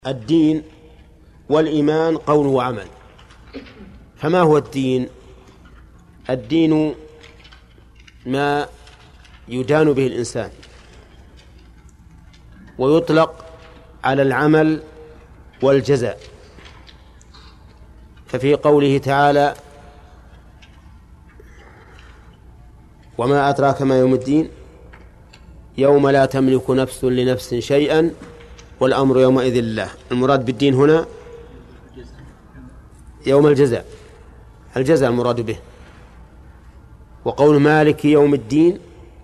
الدين والإيمان قول وعمل. فما هو الدين؟ الدين ما يدان به الإنسان، ويطلق على العمل والجزاء. ففي قوله تعالى: وما أدراك ما يوم الدين يوم لا تملك نفس لنفس شيئا والأمر يومئذ لله. المراد بالدين هنا يوم الجزاء، الجزاء المراد به. وقول مالك يوم الدين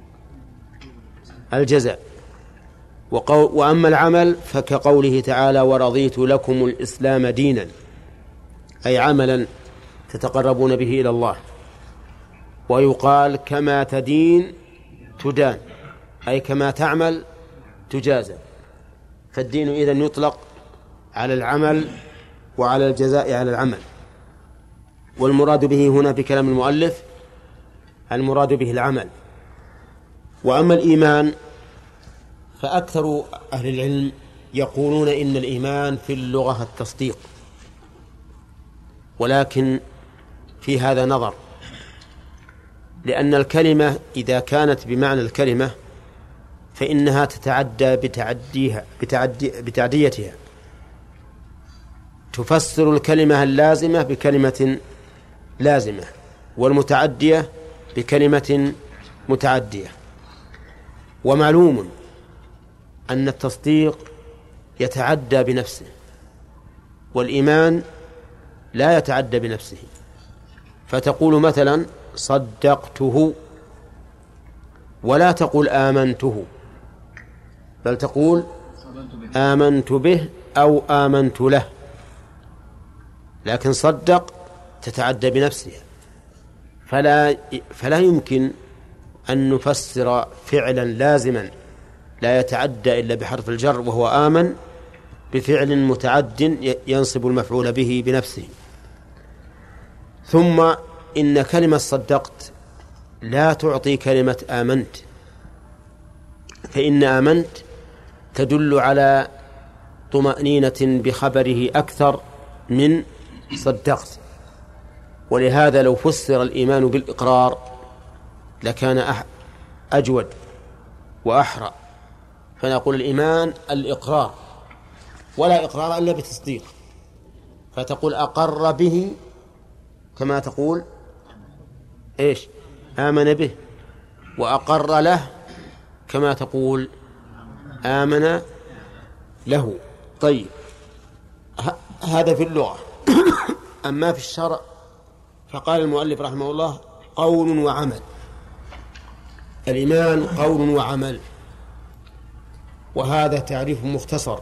الجزاء. وأما العمل فكقوله تعالى: ورضيت لكم الإسلام دينا، أي عملا تتقربون به إلى الله. ويقال كما تدين تدان، أي كما تعمل تجازى. فالدين إذن يطلق على العمل وعلى الجزاء على العمل. والمراد به هنا في كلام المؤلف المراد به العمل. وأما الإيمان فأكثر أهل العلم يقولون إن الإيمان في اللغة التصديق، ولكن في هذا نظر، لأن الكلمة إذا كانت بمعنى الكلمة فإنها تتعدى بتعديتها، تفسر الكلمة اللازمة بكلمة لازمة، والمتعدية بكلمة متعدية. ومعلوم أن التصديق يتعدى بنفسه، والإيمان لا يتعدى بنفسه. فتقول مثلا صدقته، ولا تقول آمنته، بل تقول آمنت به أو آمنت له. لكن صدق تتعدى بنفسها، فلا يمكن أن نفسر فعلا لازما لا يتعدى إلا بحرف الجر وهو آمن بفعل متعد ينصب المفعول به بنفسه. ثم إن كلمة صدقت لا تعطي كلمة آمنت، فإن آمنت تدل على طمأنينة بخبره أكثر من صدقت. ولهذا لو فسر الإيمان بالإقرار لكان أجود وأحرى، فنقول الإيمان الإقرار، ولا إقرار إلا بتصديق. فتقول أقر به كما تقول إيش؟ آمن به. وأقر له كما تقول آمن له. طيب، هذا في اللغة. أما في الشرع فقال المؤلف رحمه الله: قول وعمل. الإيمان قول وعمل، وهذا تعريف مختصر،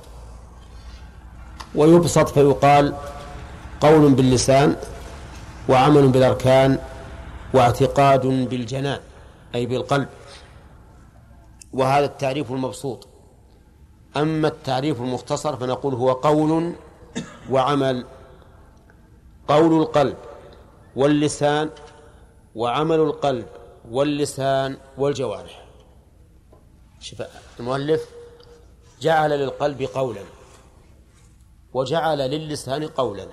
ويبسط فيقال قول باللسان، وعمل بالأركان، واعتقاد بالجنان أي بالقلب. وهذا التعريف المبسوط. أما التعريف المختصر فنقول هو قول وعمل. قول القلب واللسان، وعمل القلب واللسان والجوارح. شوف المؤلف جعل للقلب قولا وجعل للسان قولا.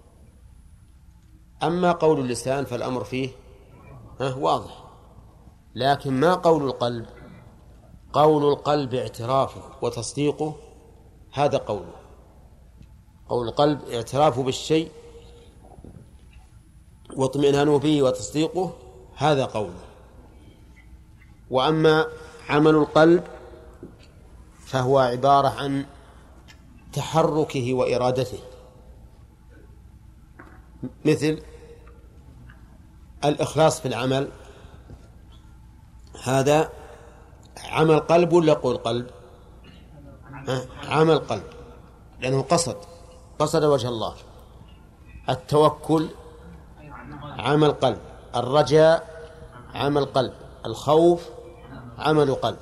أما قول اللسان فالأمر فيه واضح، لكن ما قول القلب؟ قول القلب اعترافه وتصديقه، هذا قوله. قول القلب اعترافه بالشيء واطمئنانه به وتصديقه، هذا قوله. وأما عمل القلب فهو عبارة عن تحركه وإرادته، مثل الإخلاص في العمل، هذا عمل قلب ولا قول قلب؟ عمل قلب، لأنه قصد وجه الله. التوكل عمل قلب، الرجاء عمل قلب، الخوف عمل قلب.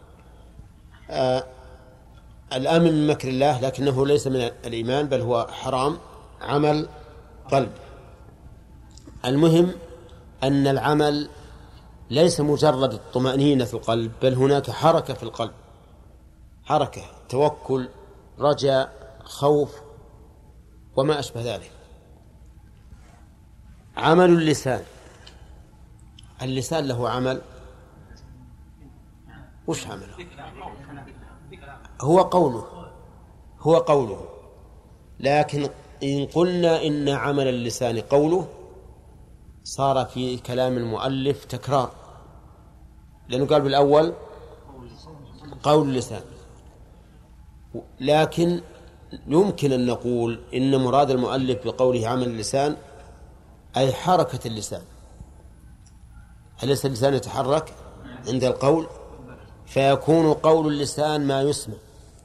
الأمن من مكر الله لكنه ليس من الإيمان بل هو حرام، عمل قلب. المهم أن العمل ليس مجرد الطمأنينة في القلب، بل هناك حركة في القلب، حركة، توكل، رجاء، خوف وما أشبه ذلك. عمل اللسان له عمل. وش عمله؟ هو قوله. لكن إن قلنا إن عمل اللسان قوله صار في كلام المؤلف تكرار، لأنه قال بالأول قول اللسان. لكن يمكن أن نقول إن مراد المؤلف بقوله عمل اللسان أي حركة اللسان. أليس اللسان يتحرك عند القول؟ فيكون قول اللسان ما يسمع،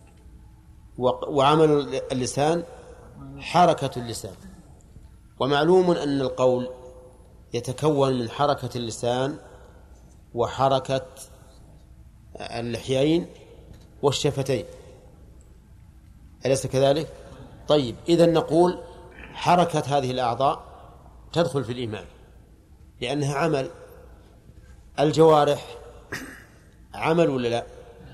وعمل اللسان حركة اللسان. ومعلوم أن القول يتكون من حركة اللسان وحركة اللحيين والشفتين، أليس كذلك؟ طيب، إذن نقول حركة هذه الأعضاء تدخل في الإيمان لأنها عمل. الجوارح عمل ولا لا؟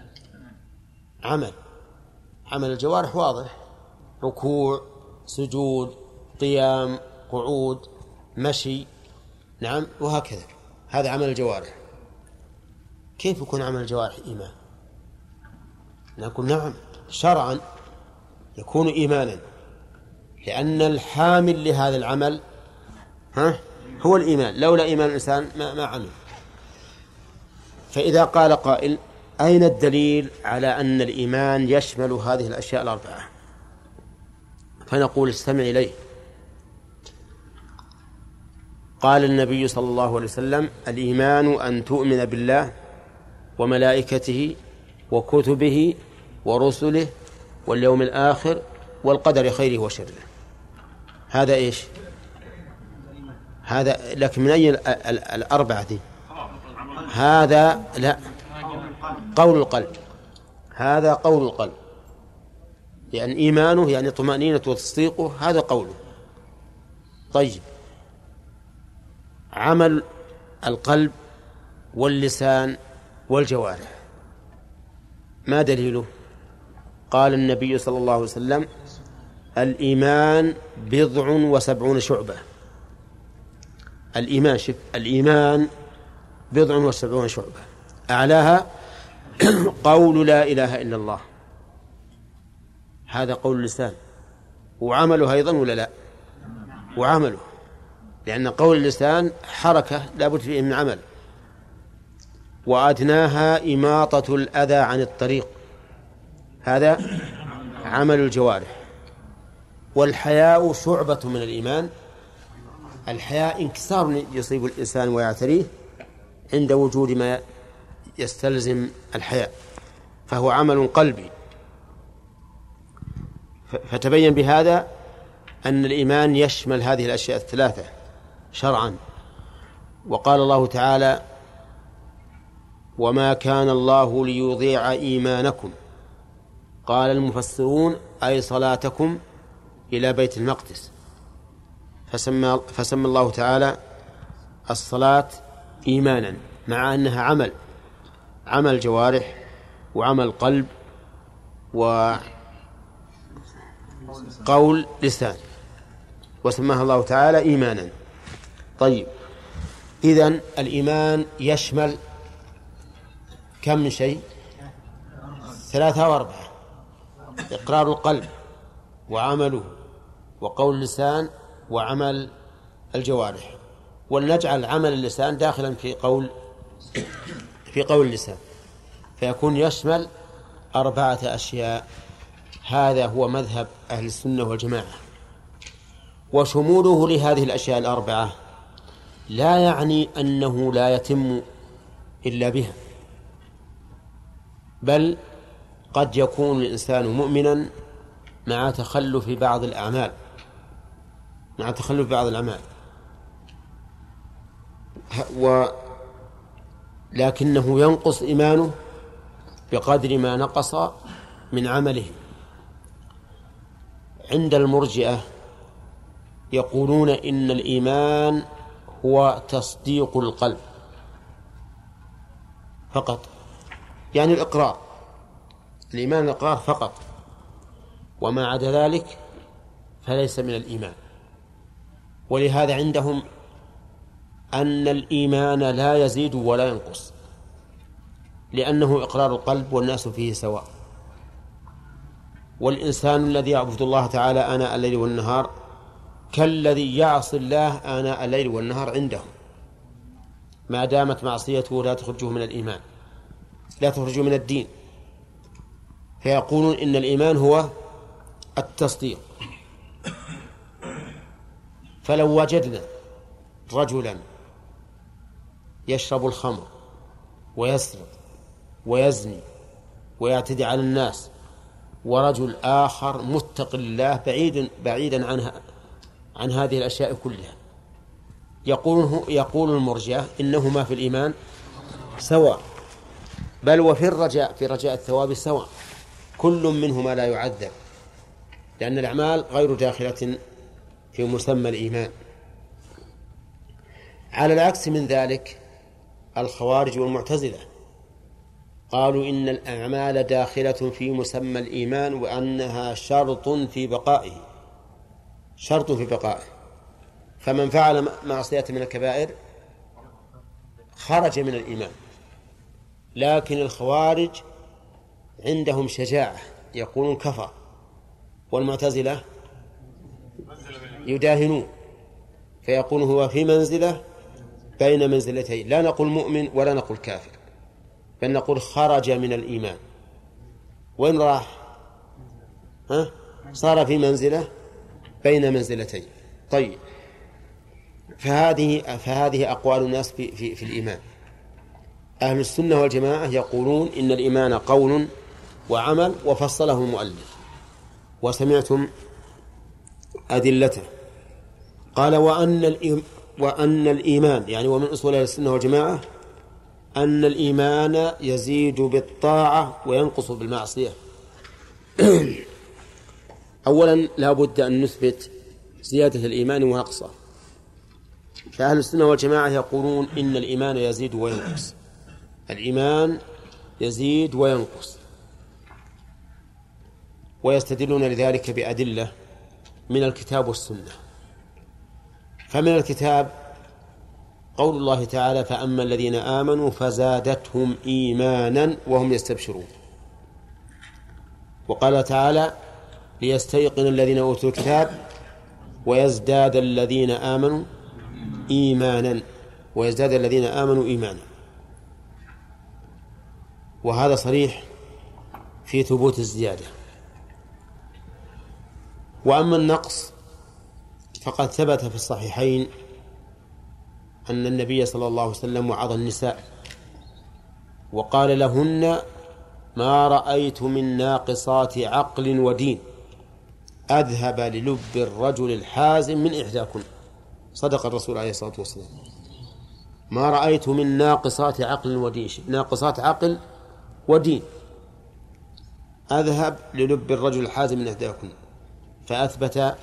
عمل الجوارح واضح، ركوع، سجود، قيام، قعود، مشي، نعم، وهكذا، هذا عمل الجوارح. كيف يكون عمل الجوارح إيمان؟ نقول نعم، شرعا يكون إيمانا، لأن الحامل لهذا العمل هو الإيمان. لولا إيمان الإنسان ما عمل. فإذا قال قائل أين الدليل على أن الإيمان يشمل هذه الأشياء الأربعة؟ فنقول استمع إليه. قال النبي صلى الله عليه وسلم: الإيمان أن تؤمن بالله وملائكته وكتبه ورسله واليوم الآخر والقدر خيره وشره. هذا إيش؟ هذا لكن من أي الأربعة دي؟ هذا لا، قول القلب. هذا قول القلب، لأن إيمانه يعني طمأنينة وتصديقه، هذا قوله. طيب، عمل القلب واللسان والجوارح ما دليله؟ قال النبي صلى الله عليه وسلم: الإيمان 70 شعبة. الإيمان 70 شعبة، أعلاها قول لا إله إلا الله، هذا قول اللسان. وعمله أيضا ولا لا؟ وعمله، لأن قول اللسان حركة لا بد فيه من عمل. وأدناها إماطة الأذى عن الطريق، هذا عمل الجوارح. والحياء شعبة من الإيمان. الحياء انكسار يصيب الإنسان ويعتريه عند وجود ما يستلزم الحياء، فهو عمل قلبي. فتبين بهذا أن الإيمان يشمل هذه الأشياء الثلاثة شرعا. وقال الله تعالى: وما كان الله ليضيع إيمانكم. قال المفسرون: أي صلاتكم إلى بيت المقدس. فسمى الله تعالى الصلاة إيمانا، مع أنها عمل جوارح وعمل قلب وقول لسان، وسماها الله تعالى إيمانا. طيب، إذن الإيمان يشمل كم من شيء؟ 3 أو 4: إقرار القلب وعمله وقول اللسان وعمل الجوارح. ولنجعل عمل اللسان داخلا في قول اللسان، فيكون يشمل 4 أشياء. هذا هو مذهب أهل السنة والجماعة. وشموله لهذه الأشياء 4 لا يعني أنه لا يتم إلا بها، بل قد يكون الإنسان مؤمنا مع تخلف بعض الأعمال، لكنه ينقص إيمانه بقدر ما نقص من عمله. عند المرجئة يقولون إن الإيمان هو تصديق القلب فقط، يعني الإقرار، الإيمان الإقرار فقط. وما عدا ذلك فليس من الإيمان. ولهذا عندهم أن الإيمان لا يزيد ولا ينقص، لأنه إقرار القلب والناس فيه سواء. والإنسان الذي يعبد الله تعالى آناء الليل والنهار كالذي يعصي الله آناء الليل والنهار عندهم، ما دامت معصيته لا تخرجه من الإيمان، لا تخرجه من الدين. فيقولون إن الإيمان هو التصديق. فلو وجدنا رجلا يشرب الخمر ويسرق ويزني ويعتدي على الناس، ورجل آخر متق الله بعيدا عن هذه الأشياء كلها، يقول المرجئة إنهما في الإيمان سواء، بل وفي رجاء الثواب سواء، كل منهما لا يعذب، لأن الأعمال غير داخلة في مسمى الإيمان. على العكس من ذلك الخوارج والمعتزلة قالوا إن الأعمال داخلة في مسمى الإيمان، وأنها شرط في بقائه، فمن فعل معصية من الكبائر خرج من الإيمان. لكن الخوارج عندهم شجاعة يقولون كفر، والمعتزلة يداهنون فيقول هو في منزلة بين منزلتين، لا نقول مؤمن ولا نقول كافر، بل نقول خرج من الإيمان. وين راح؟ صار في بين منزلتين. طيب، فهذه أقوال الناس في الإيمان. أهل السنة والجماعة يقولون إن الإيمان قول وعمل، وفصله المؤلف وسمعتم أدلته. قال وأن الإيمان، يعني ومن أصول أهل السنة والجماعة أن الإيمان يزيد بالطاعة وينقص بالمعصية. أولا لا بد أن نثبت زيادة الإيمان ونقصه. فأهل السنة والجماعة يقولون إن الإيمان يزيد وينقص، الإيمان يزيد وينقص، ويستدلون لذلك بأدلة من الكتاب والسنة. فمن الكتاب قول الله تعالى: فأما الذين آمنوا فزادتهم إيمانا وهم يستبشرون. وقال تعالى: ليستيقن الذين أوتوا الكتاب ويزداد الذين آمنوا إيمانا، وهذا صريح في ثبوت الزيادة. وأما النقص فقد ثبت في الصحيحين أن النبي صلى الله عليه وسلم وعظ النساء وقال لهن: ما رأيت من ناقصات عقل ودين أذهب للب الرجل الحازم من إحداكن. صدق الرسول عليه الصلاة والسلام. ما رأيت من ناقصات عقل ودين، ناقصات عقل ودين، أذهب للب الرجل الحازم من إحداكن، فأثبت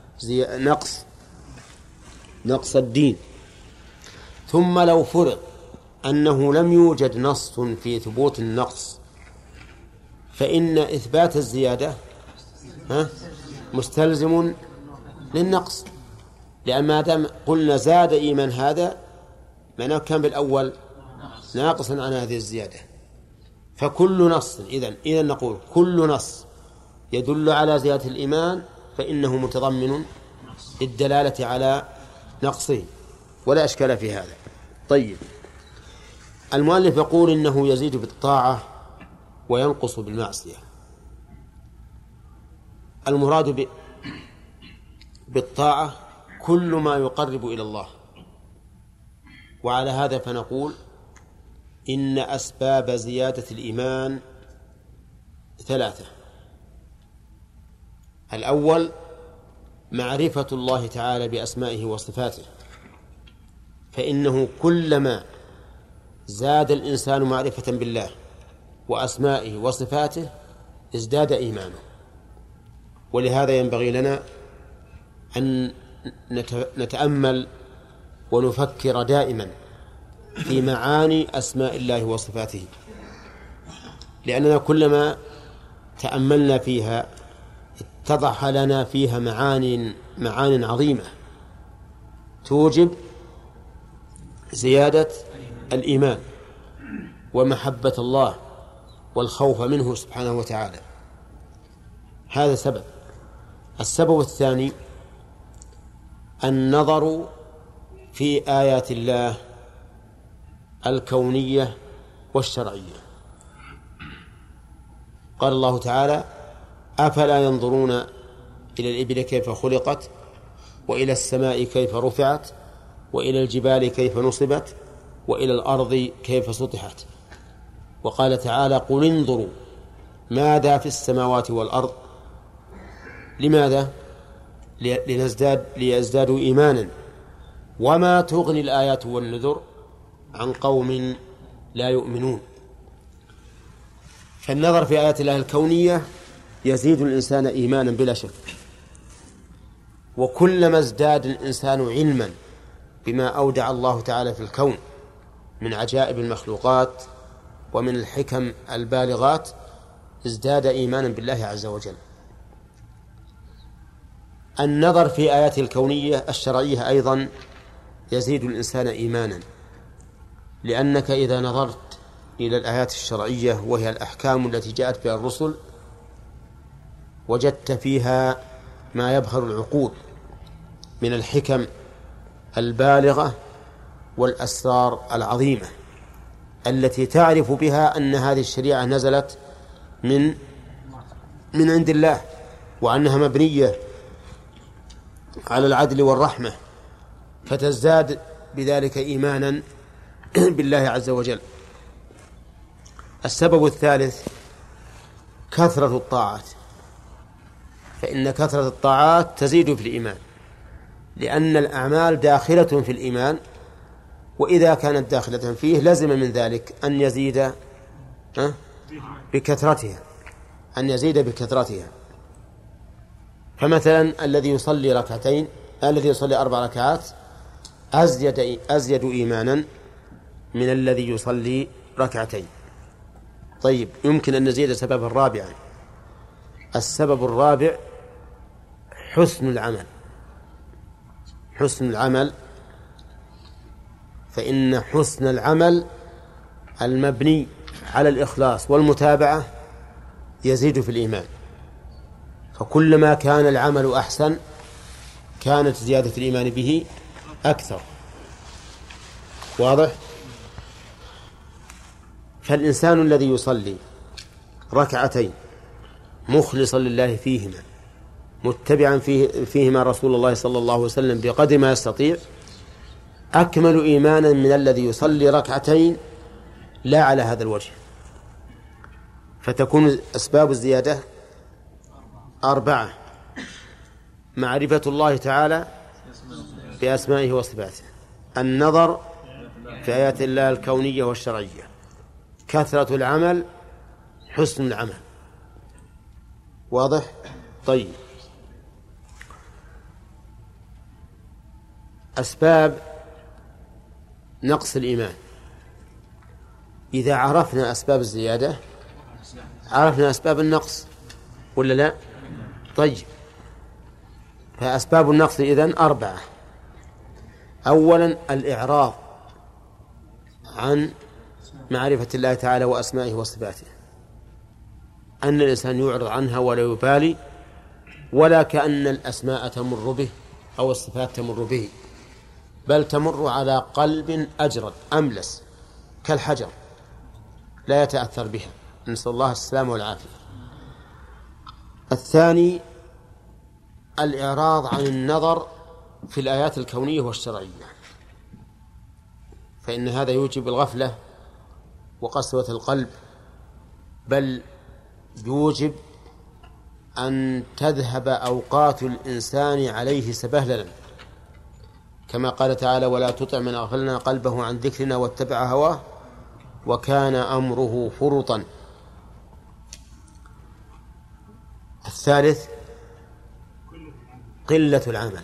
نقص الدين. ثم لو فرض أنه لم يوجد نص في ثبوت النقص، فإن إثبات الزيادة مستلزم للنقص، لأن ما دام قلنا زاد إيمان هذا معناه كان بالأول ناقصا عن هذه الزيادة. فكل نص إذن نقول كل نص يدل على زيادة الإيمان فإنه متضمن للدلالة على نقصه، ولا أشكال في هذا. طيب، المؤلف يقول إنه يزيد بالطاعة وينقص بالمعصية. المراد بالطاعة كل ما يقرب إلى الله. وعلى هذا فنقول إن أسباب زيادة الإيمان 3. الأول معرفة الله تعالى بأسمائه وصفاته، فإنه كلما زاد الإنسان معرفة بالله وأسمائه وصفاته ازداد إيمانه. ولهذا ينبغي لنا أن نتأمل ونفكر دائما في معاني أسماء الله وصفاته، لأننا كلما تأملنا فيها اتضح لنا فيها معان عظيمة توجب زيادة الإيمان ومحبة الله والخوف منه سبحانه وتعالى. هذا سبب. السبب الثاني النظر في آيات الله الكونية والشرعية. قال الله تعالى: أفلا ينظرون إلى الإبل كيف خلقت وإلى السماء كيف رفعت وإلى الجبال كيف نصبت وإلى الأرض كيف سطحت. وقال تعالى: قل انظروا ماذا في السماوات والأرض. لماذا؟ ليزدادوا إيمانا. وما تغني الآيات والنذر عن قوم لا يؤمنون. فالنظر في آيات الله الكونية يزيد الإنسان إيمانا بلا شك. وكلما ازداد الإنسان علما بما أودع الله تعالى في الكون من عجائب المخلوقات ومن الحكم البالغات ازداد إيمانا بالله عز وجل. النظر في آيات الكونية الشرعية أيضا يزيد الإنسان إيمانا، لأنك إذا نظرت إلى الآيات الشرعية وهي الأحكام التي جاءت بها الرسل وجدت فيها ما يبهر العقول من الحكم البالغة والأسرار العظيمة التي تعرف بها أن هذه الشريعة نزلت من عند الله، وأنها مبنية على العدل والرحمة، فتزداد بذلك إيمانا بالله عز وجل. السبب الثالث كثرة الطاعات، فإن كثرة الطاعات تزيد في الإيمان، لأن الأعمال داخلة في الإيمان، وإذا كانت داخلة فيه لزم من ذلك أن يزيد بكثرتها، أن يزيد بكثرتها. فمثلا الذي يصلي 4 ركعات أزيد إيمانا من الذي يصلي 2. طيب، يمكن أن نزيد سببا رابعا. السبب الرابع حسن العمل، فإن حسن العمل المبني على الإخلاص والمتابعة يزيد في الإيمان، فكلما كان العمل أحسن كانت زيادة الإيمان به أكثر. واضح؟ فالإنسان الذي يصلي 2 مخلصا لله فيهما متبعا فيهما رسول الله صلى الله عليه وسلم بقدر ما يستطيع أكمل إيمانا من الذي يصلي 2 لا على هذا الوجه. فتكون أسباب الزيادة 4: معرفة الله تعالى بأسمائه وصفاته، النظر في آيات الله الكونية والشرعية، كثرة العمل، حسن العمل. واضح؟ طيب، أسباب نقص الإيمان. إذا عرفنا أسباب الزيادة عرفنا أسباب النقص، ولا لا؟ طيب، فأسباب النقص إذن 4: أولا الإعراض عن معرفة الله تعالى وأسمائه وصفاته، أن الإنسان يعرض عنها ولا يبالي، ولا كأن الأسماء تمر به أو الصفات تمر به، بل تمر على قلب أجرد أملس كالحجر لا يتأثر بها، نسأل الله السلامة والعافية. الثاني الإعراض عن النظر في الآيات الكونية والشرعية، فإن هذا يوجب الغفلة وقسوة القلب، بل يوجب أن تذهب أوقات الإنسان عليه سبهللا، كما قال تعالى: ولا تطع من أغفلنا قلبه عن ذكرنا واتبع هواه وكان أمره فرطا. الثالث قلة العمل،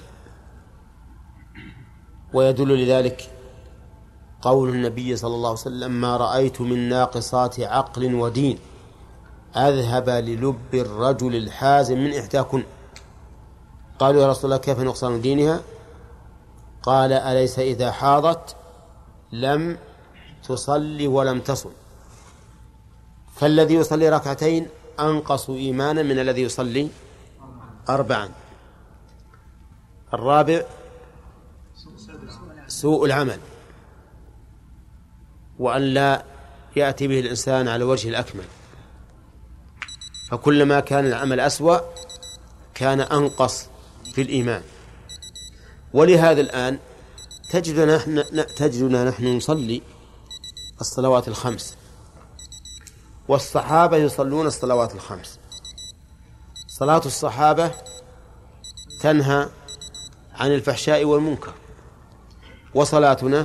ويدل لذلك قول النبي صلى الله عليه وسلم: ما رأيت من ناقصات عقل ودين أذهب للب الرجل الحازم من إحداكن. قالوا يا رسول الله كيف نقصان دينها؟ قال أليس إذا حاضت لم تصلي ولم تصم؟ فالذي يصلي ركعتين أنقص إيمانا من الذي يصلي 4. الرابع سوء العمل، وأن لا يأتي به الإنسان على وجه الأكمل، فكلما كان العمل أسوأ كان أنقص في الإيمان. ولهذا الآن تجدنا نحن نصلي الصلوات الخمس، والصحابة يصلون الصلوات الخمس. صلاة الصحابة تنهى عن الفحشاء والمنكر، وصلاتنا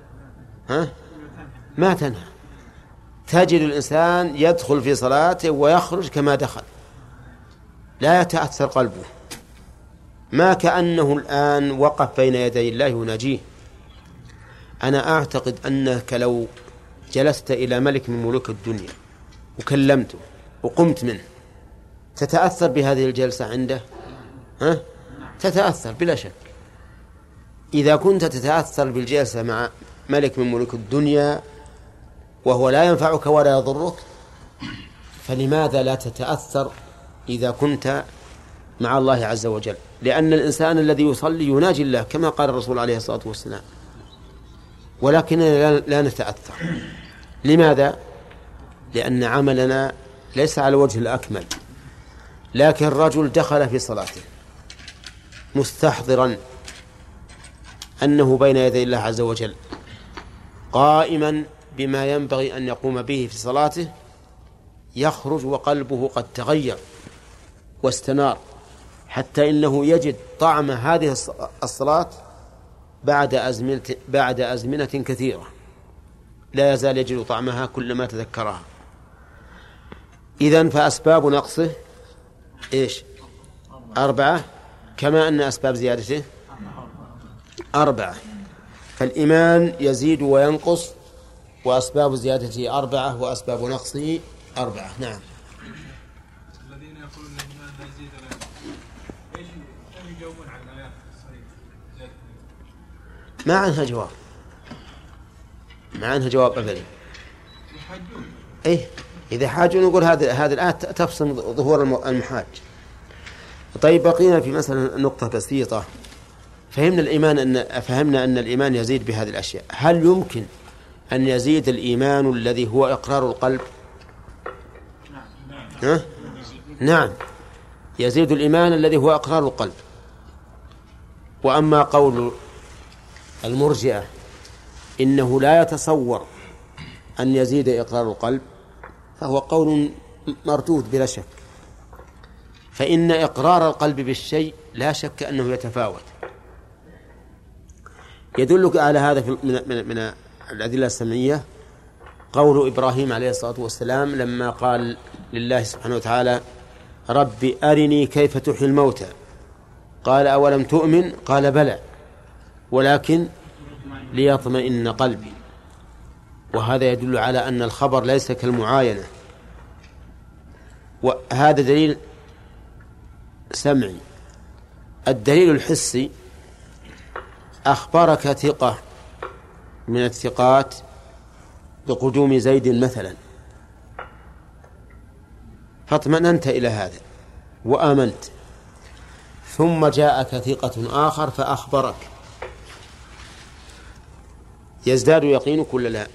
ما تنهى. تجد الإنسان يدخل في صلاته ويخرج كما دخل، لا يتأثر قلبه، ما كأنه الآن وقف بين يدي الله يناجيه. أنا أعتقد أنك لو جلست إلى ملك من ملوك الدنيا وكلمته وقمت منه تتأثر بهذه الجلسة عنده؟ تتأثر بلا شك. إذا كنت تتأثر بالجلسة مع ملك من ملوك الدنيا وهو لا ينفعك ولا يضرك، فلماذا لا تتأثر إذا كنت مع الله عز وجل؟ لأن الإنسان الذي يصلي يناجي الله كما قال الرسول عليه الصلاة والسلام، ولكننا لا نتأثر. لماذا؟ لأن عملنا ليس على وجه الأكمل. لكن الرجل دخل في صلاته مستحضرا أنه بين يدي الله عز وجل، قائما بما ينبغي أن يقوم به في صلاته، يخرج وقلبه قد تغير واستنار، حتى إنه يجد طعم هذه الصلاة بعد أزمنة كثيرة، لا يزال يجد طعمها كلما تذكرها. إذن فأسباب نقصه 4، كما أن أسباب زيادته 4. فالإيمان يزيد وينقص، وأسباب زيادته 4، وأسباب نقصه 4. نعم. الذين يقولون الإيمان لا يزيد ولا ينقص، إيش يجاوبون عن الآيات الصحيحة؟ ما عنها جواب، ما عنها جواب أبدا. إذا حاجوا نقول هذه الآية تفصل ظهور المحاج. طيب بقينا في مثلا نقطة بسيطة. فهمنا أن الإيمان يزيد بهذه الأشياء. هل يمكن أن يزيد الإيمان الذي هو إقرار القلب؟ نعم، يزيد الإيمان الذي هو إقرار القلب. وأما قول المرجئة إنه لا يتصور أن يزيد إقرار القلب فهو قول مردود بلا شك، فإن إقرار القلب بالشيء لا شك أنه يتفاوت. يدلك على هذا من الأدلة السمعية قول إبراهيم عليه الصلاة والسلام لما قال لله سبحانه وتعالى رب أرني كيف تحيي الموتى، قال أولم تؤمن؟ قال بلى ولكن ليطمئن قلبي. وهذا يدل على أن الخبر ليس كالمعاينة، وهذا دليل سمعي. الدليل الحسي أخبرك ثقة من الثقات بقدوم زيد مثلا، فاطمأننت إلى هذا وآمنت، ثم جاءك ثقة آخر فأخبرك، يزداد يقينك ولا لا؟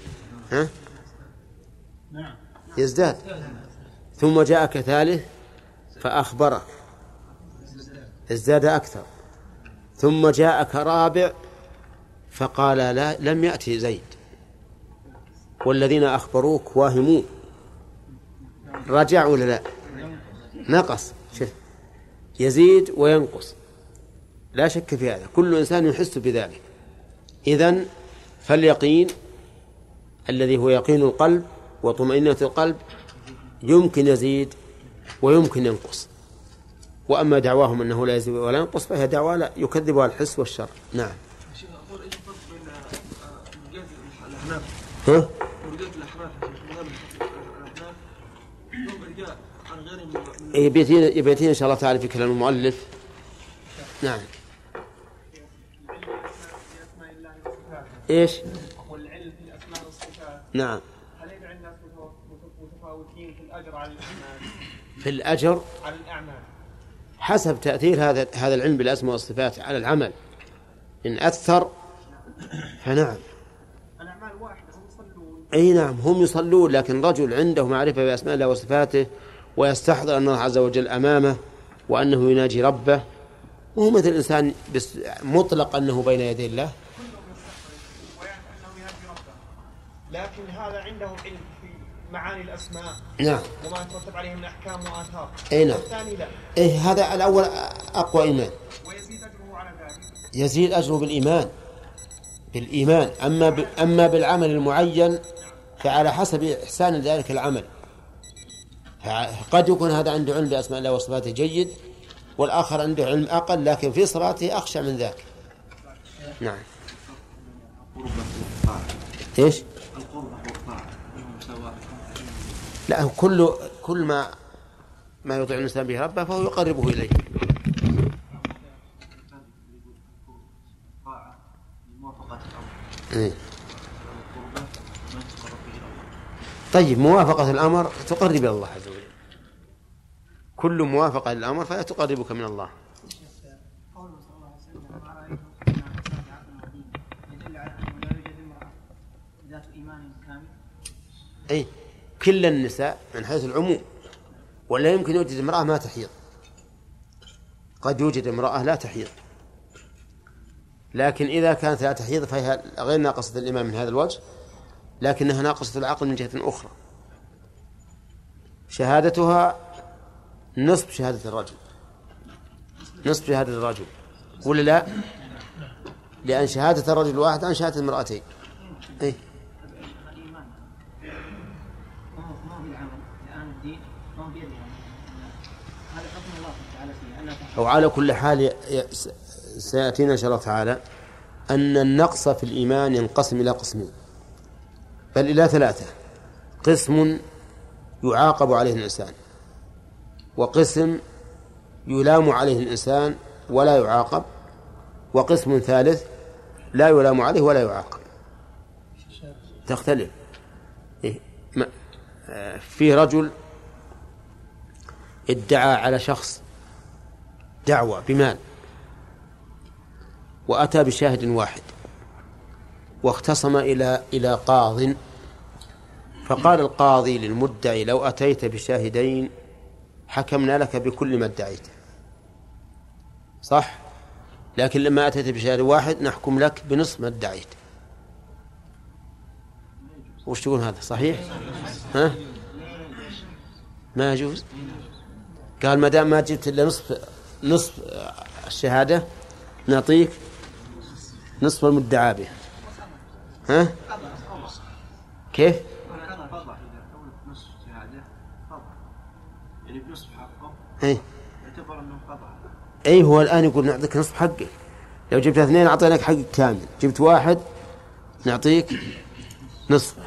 يزداد. ثم جاءك ثالث فأخبرك، ازداد أكثر. ثم جاءك رابع فقال لا لم يأتي زيد، والذين أخبروك واهمون. رجع ولا لا؟ نقص. شف يزيد وينقص لا شك في هذا، كل إنسان يحس بذلك. إذن فاليقين الذي هو يقين القلب وطمئنة القلب يمكن يزيد ويمكن ينقص. وأما دعواهم أنه لا يزيد ولا ينقص فهي دعوة لا يكذبها الحس والشر. نعم. ورجال الأحناف يبيتين إن شاء الله تعالى في كلام المؤلف. نعم. إيش؟ والعلم في الأسماء والصفات. نعم. هل يجعل الناس متفاوتين في الأجر على الأعمال؟ في الأجر على الأعمال. حسب تأثير هذا العلم بالأسماء والصفات على العمل. إن أثر فنعم. الأعمال واحدة، هم يصلون. أي نعم، هم يصلون، لكن رجل عنده معرفة بأسماء الله وصفاته ويستحضر أن الله عز وجل أمامه وأنه يناجي ربه، وهو مثل الإنسان مطلق أنه بين يدي الله. لكن هذا عنده علم في معاني الأسماء. نعم. وما يترتب عليه من أحكام وآثار. أي نعم. الثاني لا. هذا الأول أقوى إيمان. ويزيد أجره على ذلك. يزيد أجره بالإيمان. أما بالعمل المعين فعلى حسب إحسان ذلك العمل. قد يكون هذا عنده علم بأسماء الله وصفاته جيد، والآخر عنده علم أقل لكن في صلاته أخشى من ذاك. نعم. إيش؟ لا، كل ما يطيع الإنسان به ربه فهو يقربه إليه. طيب، موافقة الأمر تقرب إلى الله عز وجل. كل موافقة للأمر فهي تقربك من الله. أي كل النساء من حيث العموم، ولا يمكن يوجد امرأة ما تحيض. قد يوجد امرأة لا تحيض، لكن إذا كانت لا تحيض فهي غير ناقصة الإيمان من هذا الوجه، لكنها ناقصة العقل من جهة أخرى. شهادتها نصف شهادة الرجل، ولا لا؟ لأن شهادة الرجل واحد عن شهادة المرأتين. إيه؟ أو على كل حال سيأتينا إن شاء الله تعالى أن النقص في الإيمان ينقسم إلى قسمين، بل إلى ثلاثة. قسم يعاقب عليه الإنسان، وقسم يلام عليه الإنسان ولا يعاقب، وقسم ثالث لا يلام عليه ولا يعاقب. تختلف. في رجل ادعى على شخص دعوة بمال وأتى بشاهد واحد واختصم إلى قاض، فقال القاضي للمدعي: لو أتيت بشاهدين حكمنا لك بكل ما ادعيته، صح؟ لكن لما أتيت بشاهد واحد نحكم لك بنصف ما ادعيت. وش تقول هذا؟ صحيح؟ ها؟ ما يجوز. قال: ما دام ما جبت إلا نصف الشهادة نعطيك نصف المدعى به. ها؟ كيف؟ أي هو الآن يقول نعطيك نصف حقه. لو جبت اثنين أعطيناك حقك كامل، جبت واحد نعطيك نصفه.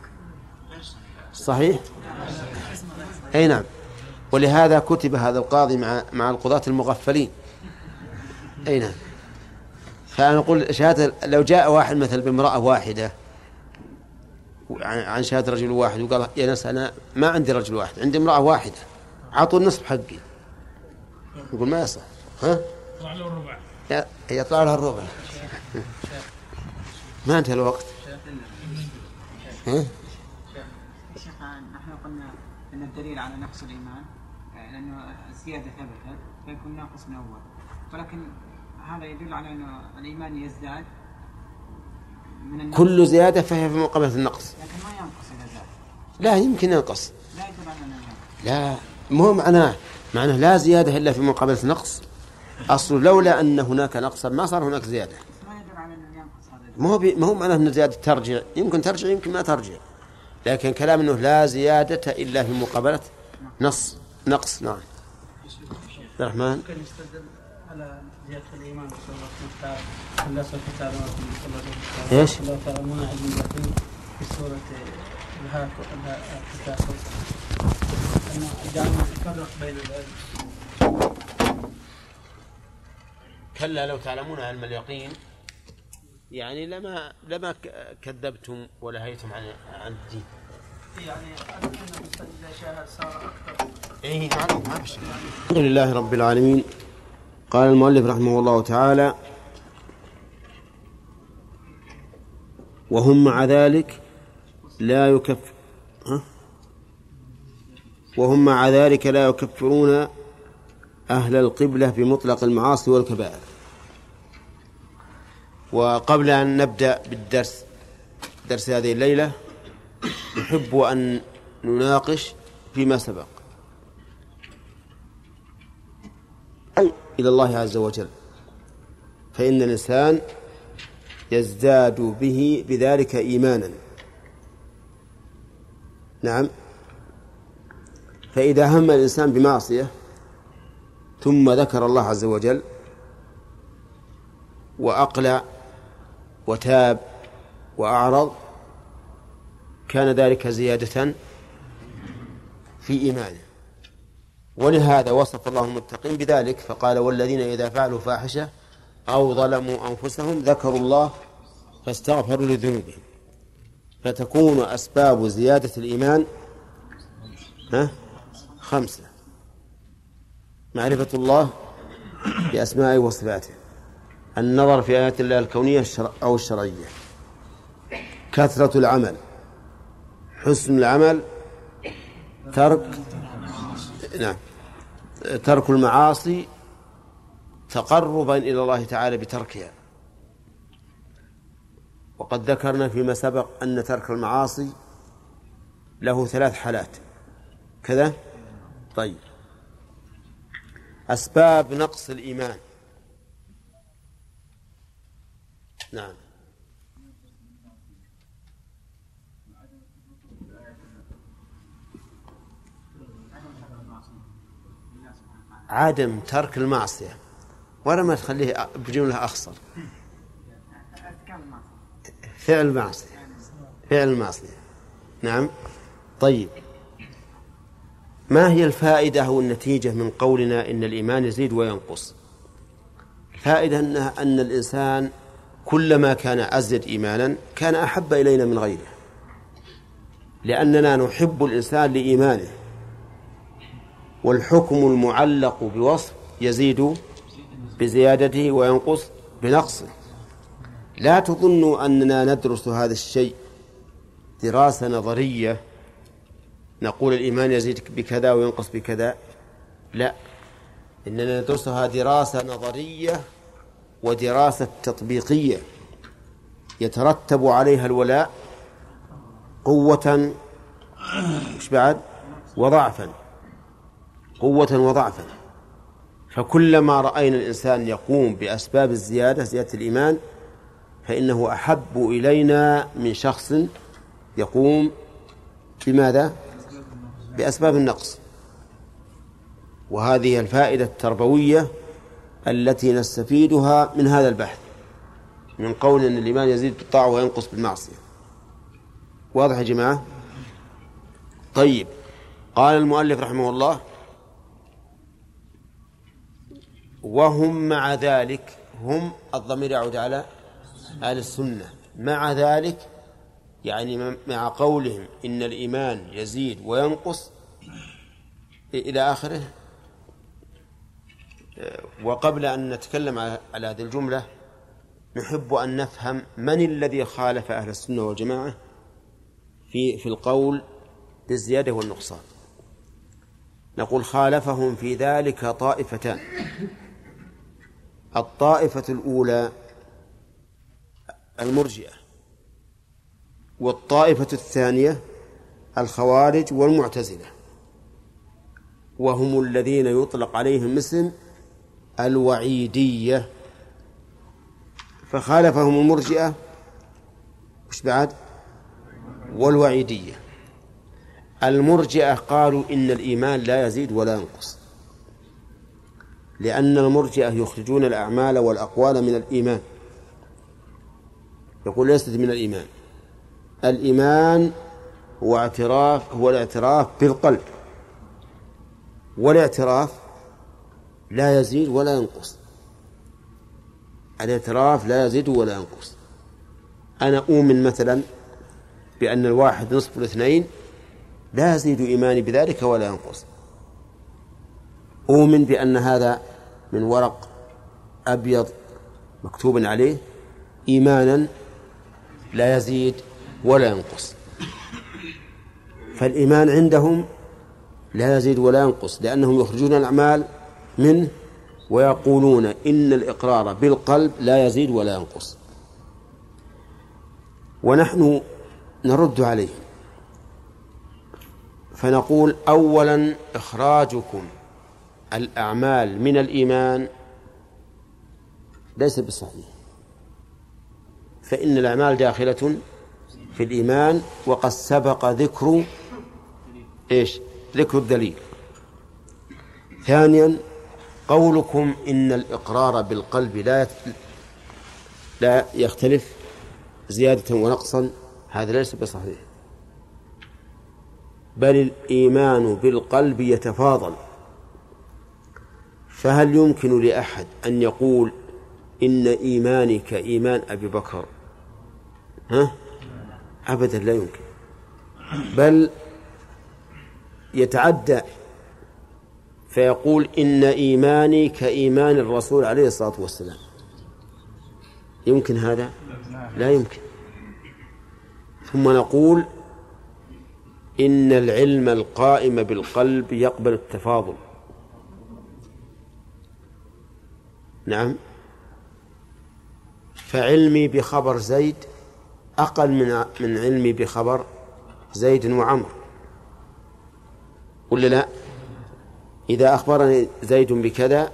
صحيح؟ أي نعم. ولهذا كتب هذا القاضي مع القضاة المغفلين. أي نعم. فأنا أقول شهادة، لو جاء واحد مثل بامرأة واحدة عن شهادة رجل واحد وقال: يا ناس أنا ما عندي رجل واحد، عندي امرأة واحدة، عطوا النصف حقي، يقول ما يصح. ها؟ يطلع له الربع. يطلع لها الربع. ما انتهى الوقت. ها؟ شيخ، نحن قلنا أن الدليل على نقص الإيمان لأنه الزيادة ثبتت فيكون ناقص من أول، ولكن هذا يدل على أن الإيمان يزداد من النقص. كل زيادة فهي في مقابلة النقص. لكن ما ينقص إذا زاد. لا يمكن ينقص. لا يدل على أنه ينقص. لا، مو معناه لا زيادة إلا في مقابلة النقص. أصل لولا أن هناك نقصا ما صار هناك زيادة. ما يدل على أنه ينقص هذا. ما هو معناه أن زيادة ترجع، يمكن ترجع يمكن ما ترجع، لكن كلام أنه لا زيادة إلا في مقابلة نقص. نعم. الرحمن. ممكن يستدل على زيادة الإيمان صلى الله عليه وسلم الله سبحانه وتعالى. إيش؟ الله تعالى منع في سورة الكافر. أنه جعلنا نفرق بين العلم. كلا لو تعلمون علم اليقين يعني لما كذبتم ولهيتم عن الدين. يعني أن الإنسان إذا شاهد صار أكثر. إيه معلوم ما في شيء. الحمد لله رب العالمين. قال المؤلف رحمه الله تعالى: وهم مع ذلك لا يكفرون أهل القبلة بمطلق المعاصي والكبائر. وقبل أن نبدأ درس هذه الليلة نحب أن نناقش فيما سبق إلى الله عز وجل، فإن الإنسان يزداد بذلك إيمانا. نعم، فإذا هم الإنسان بمعصية ثم ذكر الله عز وجل وأقلع وتاب وأعرض كان ذلك زيادة في إيمانه. ولهذا وصف الله المتقين بذلك فقال: والذين إذا فعلوا فاحشة أو ظلموا أنفسهم ذكروا الله فاستغفروا لذنوبهم. فتكون أسباب زيادة الإيمان 5: معرفة الله بأسمائه وصفاته، النظر في آيات الله الكونية أو الشرعية، كثرة العمل، حسن العمل، ترك المعاصي تقربا إلى الله تعالى بتركها. وقد ذكرنا فيما سبق أن ترك المعاصي له 3 حالات كذا. طيب، أسباب نقص الإيمان. نعم، عدم ترك المعصية ولا ما تخليه بجملة أخصر، فعل المعصية. نعم. طيب، ما هي الفائدة والنتيجة من قولنا إن الإيمان يزيد وينقص؟ فائدة أن الإنسان كلما كان أزيد إيمانا كان أحب إلينا من غيره، لأننا نحب الإنسان لإيمانه، والحكم المعلق بوصف يزيد بزيادته وينقص بنقصه. لا تظنوا أننا ندرس هذا الشيء دراسة نظرية نقول الإيمان يزيد بكذا وينقص بكذا، لا، إننا ندرسها دراسة نظرية ودراسة تطبيقية يترتب عليها الولاء قوة وضعفا، قوة وضعفا. فكلما رأينا الإنسان يقوم بأسباب زيادة الإيمان فإنه أحب إلينا من شخص يقوم بماذا؟ بأسباب النقص. وهذه الفائدة التربوية التي نستفيدها من هذا البحث، من قول أن الإيمان يزيد بالطاعة وينقص بالمعصية. واضح يا جماعة؟ طيب، قال المؤلف رحمه الله: وهم مع ذلك، هم الضمير يعود على أهل السنة، مع ذلك يعني مع قولهم إن الإيمان يزيد وينقص إلى آخره. وقبل أن نتكلم على هذه الجملة نحب أن نفهم من الذي خالف أهل السنة والجماعة في القول بالزيادة والنقصان. نقول خالفهم في ذلك طائفتان: الطائفة الأولى المرجئة، والطائفة الثانية الخوارج والمعتزلة، وهم الذين يطلق عليهم اسم الوعيدية. فخالفهم المرجئة وش بعد؟ والوعيدية. المرجئة قالوا إن الإيمان لا يزيد ولا ينقص، لأن المرجئة يخرجون الأعمال والأقوال من الإيمان، يقول ليست من الإيمان. الإيمان هو الاعتراف بالقلب والاعتراف لا يزيد ولا ينقص. الاعتراف لا يزيد ولا ينقص. أنا أؤمن مثلا بأن الواحد نصف الاثنين، لا يزيد إيماني بذلك ولا ينقص. أؤمن بأن هذا من ورق أبيض مكتوب عليه، إيمانا لا يزيد ولا ينقص. فالإيمان عندهم لا يزيد ولا ينقص، لأنهم يخرجون الأعمال منه ويقولون إن الإقرار بالقلب لا يزيد ولا ينقص. ونحن نرد عليه فنقول: أولا، إخراجكم الأعمال من الإيمان ليس بصحيح، فإن الأعمال داخلة في الإيمان، وقد سبق ذكر ذكر الدليل. ثانيا، قولكم إن الإقرار بالقلب لا يختلف زيادة ونقصا، هذا ليس بصحيح، بل الإيمان بالقلب يتفاضل. فهل يمكن لأحد أن يقول إن إيماني كإيمان أبي بكر؟ أبدا لا يمكن، بل يتعدى فيقول إن إيماني كإيمان الرسول عليه الصلاة والسلام. يمكن هذا؟ لا يمكن. ثم نقول إن العلم القائم بالقلب يقبل التفاضل. نعم، فعلمي بخبر زيد أقل من علمي بخبر زيد وعمر، ولا لا؟ إذا أخبرني زيد بكذا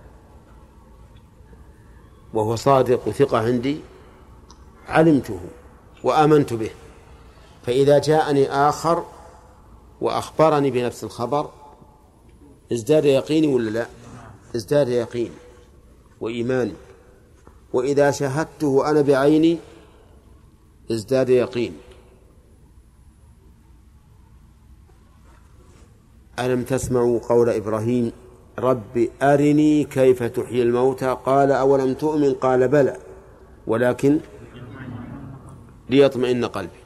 وهو صادق وثقة عندي علمته وآمنت به، فإذا جاءني آخر وأخبرني بنفس الخبر ازداد يقيني ولا لا؟ ازداد يقيني وإيماني. وإذا شاهدته أنا بعيني ازداد يقيني. ألم تسمعوا قول إبراهيم: رب أرني كيف تحيي الموتى، قال أولم تؤمن، قال بلى ولكن ليطمئن قلبي.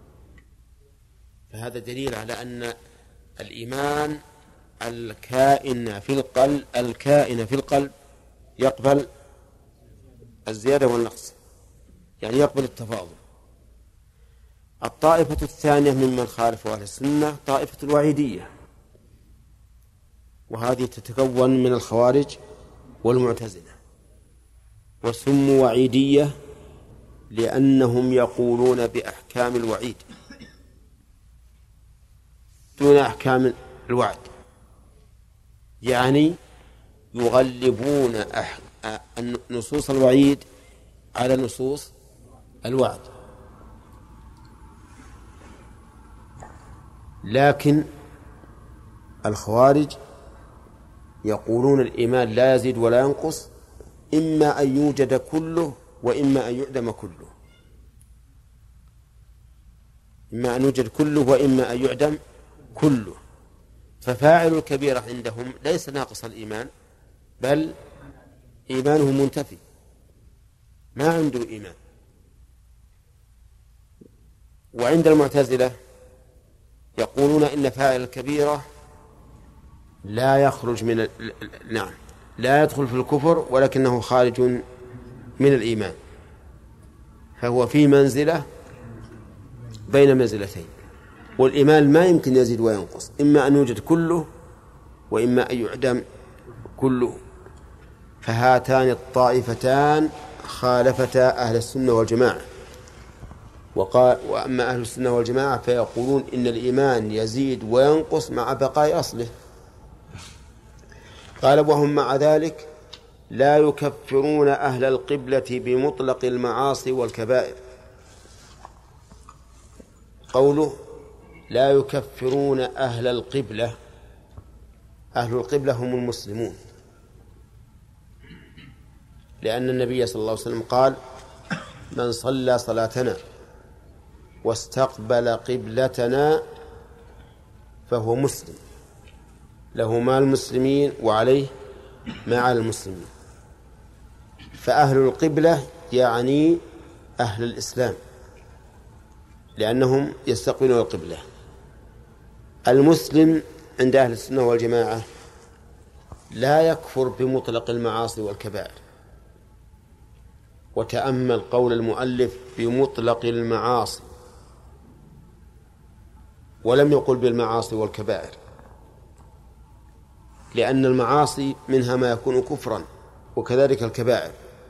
فهذا دليل على أن الإيمان الكائن في القلب يقبل الزيادة والنقص، يعني يقبل التفاضل. الطائفة الثانية ممن خالفوا أهل السنة طائفة الوعيدية، وهذه تتكون من الخوارج والمعتزلة، وسموا وعيدية لأنهم يقولون بأحكام الوعيد دون أحكام الوعد، يعني يغلبون نصوص الوعيد على نصوص الوعد. لكن الخوارج يقولون الإيمان لا يزيد ولا ينقص، إما أن يوجد كله وإما أن يعدم كله، إما أن يوجد كله وإما أن يعدم كله. ففاعل الكبيرة عندهم ليس ناقص الإيمان، بل إيمانه منتفي، ما عنده إيمان. وعند المعتزلة يقولون إن فاعل الكبيرة لا يخرج من لا يدخل في الكفر، ولكنه خارج من الإيمان، فهو في منزلة بين منزلتين. والإيمان ما يمكن يزيد وينقص، إما أن يوجد كله وإما أن يعدم كله. فهاتان الطائفتان خالفتا أهل السنة والجماعة. وأما أهل السنة والجماعة فيقولون إن الإيمان يزيد وينقص مع بقاء أصله. قال: وهم مع ذلك لا يكفرون أهل القبلة بمطلق المعاصي والكبائر. قوله لا يكفرون أهل القبلة، أهل القبلة هم المسلمون، لأن النبي صلى الله عليه وسلم قال: من صلى صلاتنا واستقبل قبلتنا فهو مسلم. له مال المسلمين وعليه ما على المسلمين. فأهل القبلة يعني أهل الإسلام، لأنهم يستقبلون القبلة. المسلم عند أهل السنة والجماعة لا يكفر بمطلق المعاصي والكبائر. وتأمل قول المؤلف بمطلق المعاصي، ولم يقل بالمعاصي والكبائر، لأن المعاصي منها ما يكون كفرا وكذلك الكبائر.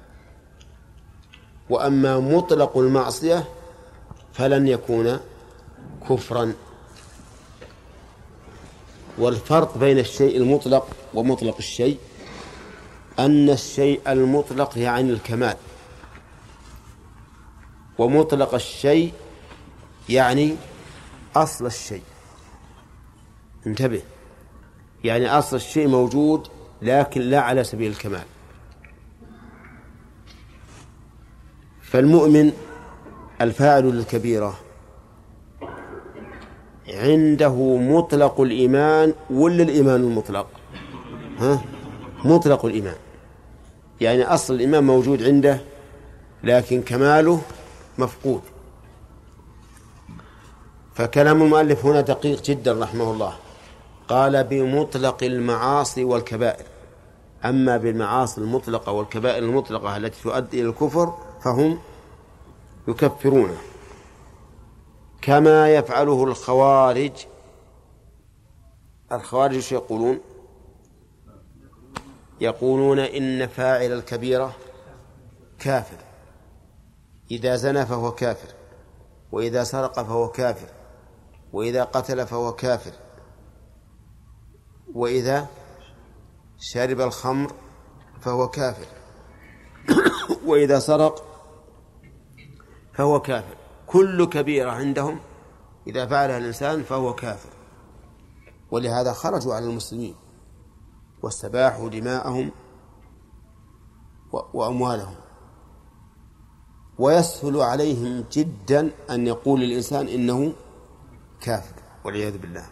وأما مطلق المعصية فلن يكون كفرا. والفرق بين الشيء المطلق ومطلق الشيء أن الشيء المطلق يعني الكمال، ومطلق الشيء يعني أصل الشيء. انتبه، يعني أصل الشيء موجود لكن لا على سبيل الكمال. فالمؤمن الفاعل للكبيرة عنده مطلق الإيمان، ولا الإيمان المطلق؟ مطلق الإيمان، يعني أصل الإيمان موجود عنده لكن كماله مفقود. فكلام المؤلف هنا دقيق جدا رحمه الله، قال بمطلق المعاصي والكبائر. أما بالمعاصي المطلقة والكبائر المطلقة التي تؤدي إلى الكفر فهم يكفرونه، كما يفعله الخوارج. الخوارج شو يقولون؟ يقولون إن فاعل الكبيرة كافر، إذا زنى فهو كافر، وإذا سرق فهو كافر، وإذا قتل فهو كافر، وإذا شرب الخمر فهو كافر، وإذا سرق فهو كافر. كل كبيرة عندهم إذا فعلها الإنسان فهو كافر. ولهذا خرجوا على المسلمين واستباحوا دماءهم وأموالهم. ويسهل عليهم جدا أن يقول الإنسان إنه كافر والعياذ بالله.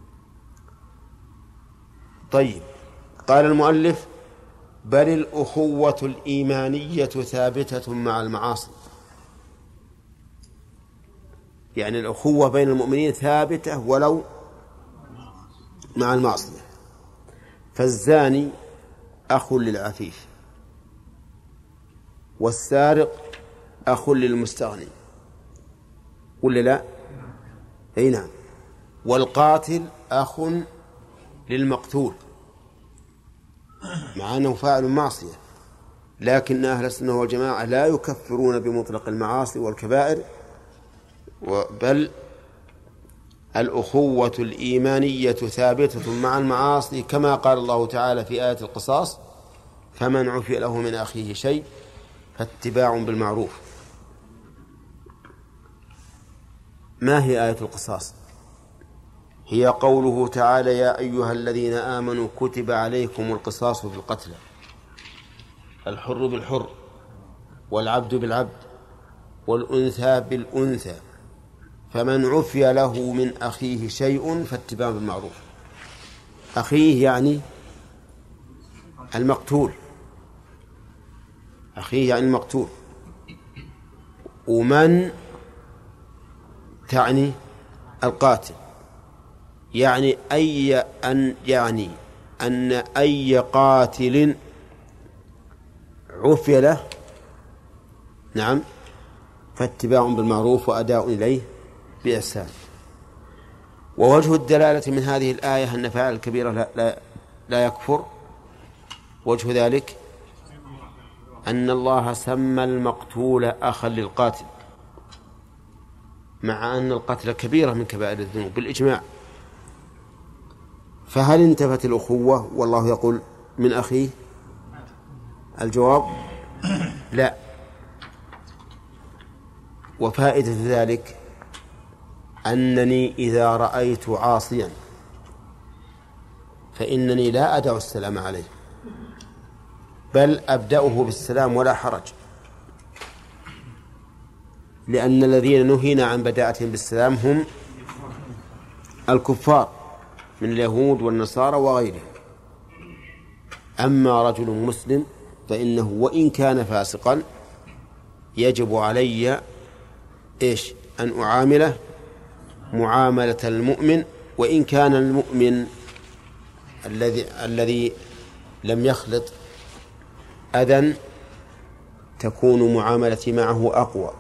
طيب، قال المؤلف بل الأخوة الإيمانية ثابتة مع المعاصي، يعني الأخوة بين المؤمنين ثابتة ولو مع المعصية. فالزاني أخ للعفيف، والسارق أخ للمستغني، ولا لا؟ أي نعم. والقاتل أخ للمقتول، مع أنه فاعل معصية، لكن أهل السنة والجماعة لا يكفرون بمطلق المعاصي والكبائر، بل الأخوة الإيمانية ثابتة مع المعاصي، كما قال الله تعالى في آية القصاص: فمن عفي له من أخيه شيء فاتباع بالمعروف. ما هي آية القصاص؟ هي قوله تعالى: يا أيها الذين آمنوا كتب عليكم القصاص في القتلى، الحر بالحر، والعبد بالعبد، والأنثى بالأنثى، فمن عفي له من أخيه شيء فاتباع بالمعروف. أخيه يعني المقتول، أخيه يعني المقتول. ومن تعني القاتل، يعني أن أي قاتل عفي له، نعم، فاتباع بالمعروف وأداء إليه بإحسان. ووجه الدلالة من هذه الآية أن فاعل الكبيرة لا يكفر. وجه ذلك أن الله سمى المقتول أخا للقاتل، مع أن القتل كبيرة من كبائر الذنوب بالإجماع. فهل انتفت الأخوة والله يقول من أخيه؟ الجواب لا. وفائدة ذلك أنني إذا رأيت عاصيا فإنني لا أدع السلام عليه، بل أبدأه بالسلام ولا حرج، لأن الذين نهينا عن بداءتهم بالسلام هم الكفار. من اليهود والنصارى وغيرهم. أما رجل مسلم فإنه وإن كان فاسقا يجب علي أن أعامله معاملة المؤمن، وإن كان المؤمن الذي لم يخلط أذى تكون معاملتي معه أقوى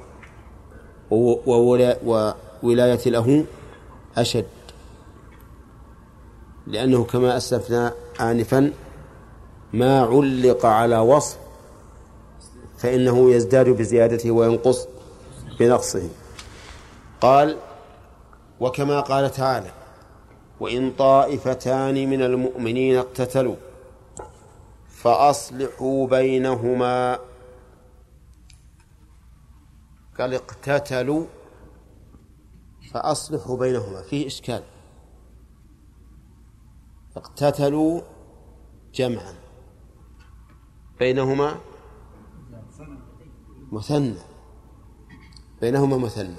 وولايتي له أشد، لأنه كما أسلفنا آنفا ما علق على وصف فإنه يزداد بزيادته وينقص بنقصه. قال: وكما قال تعالى: وإن طائفتان من المؤمنين اقتتلوا فأصلحوا بينهما. قال: اقتتلوا فأصلحوا بينهما، فيه إشكال. اقتتلوا جمعا، بينهما مثنى، بينهما مثنى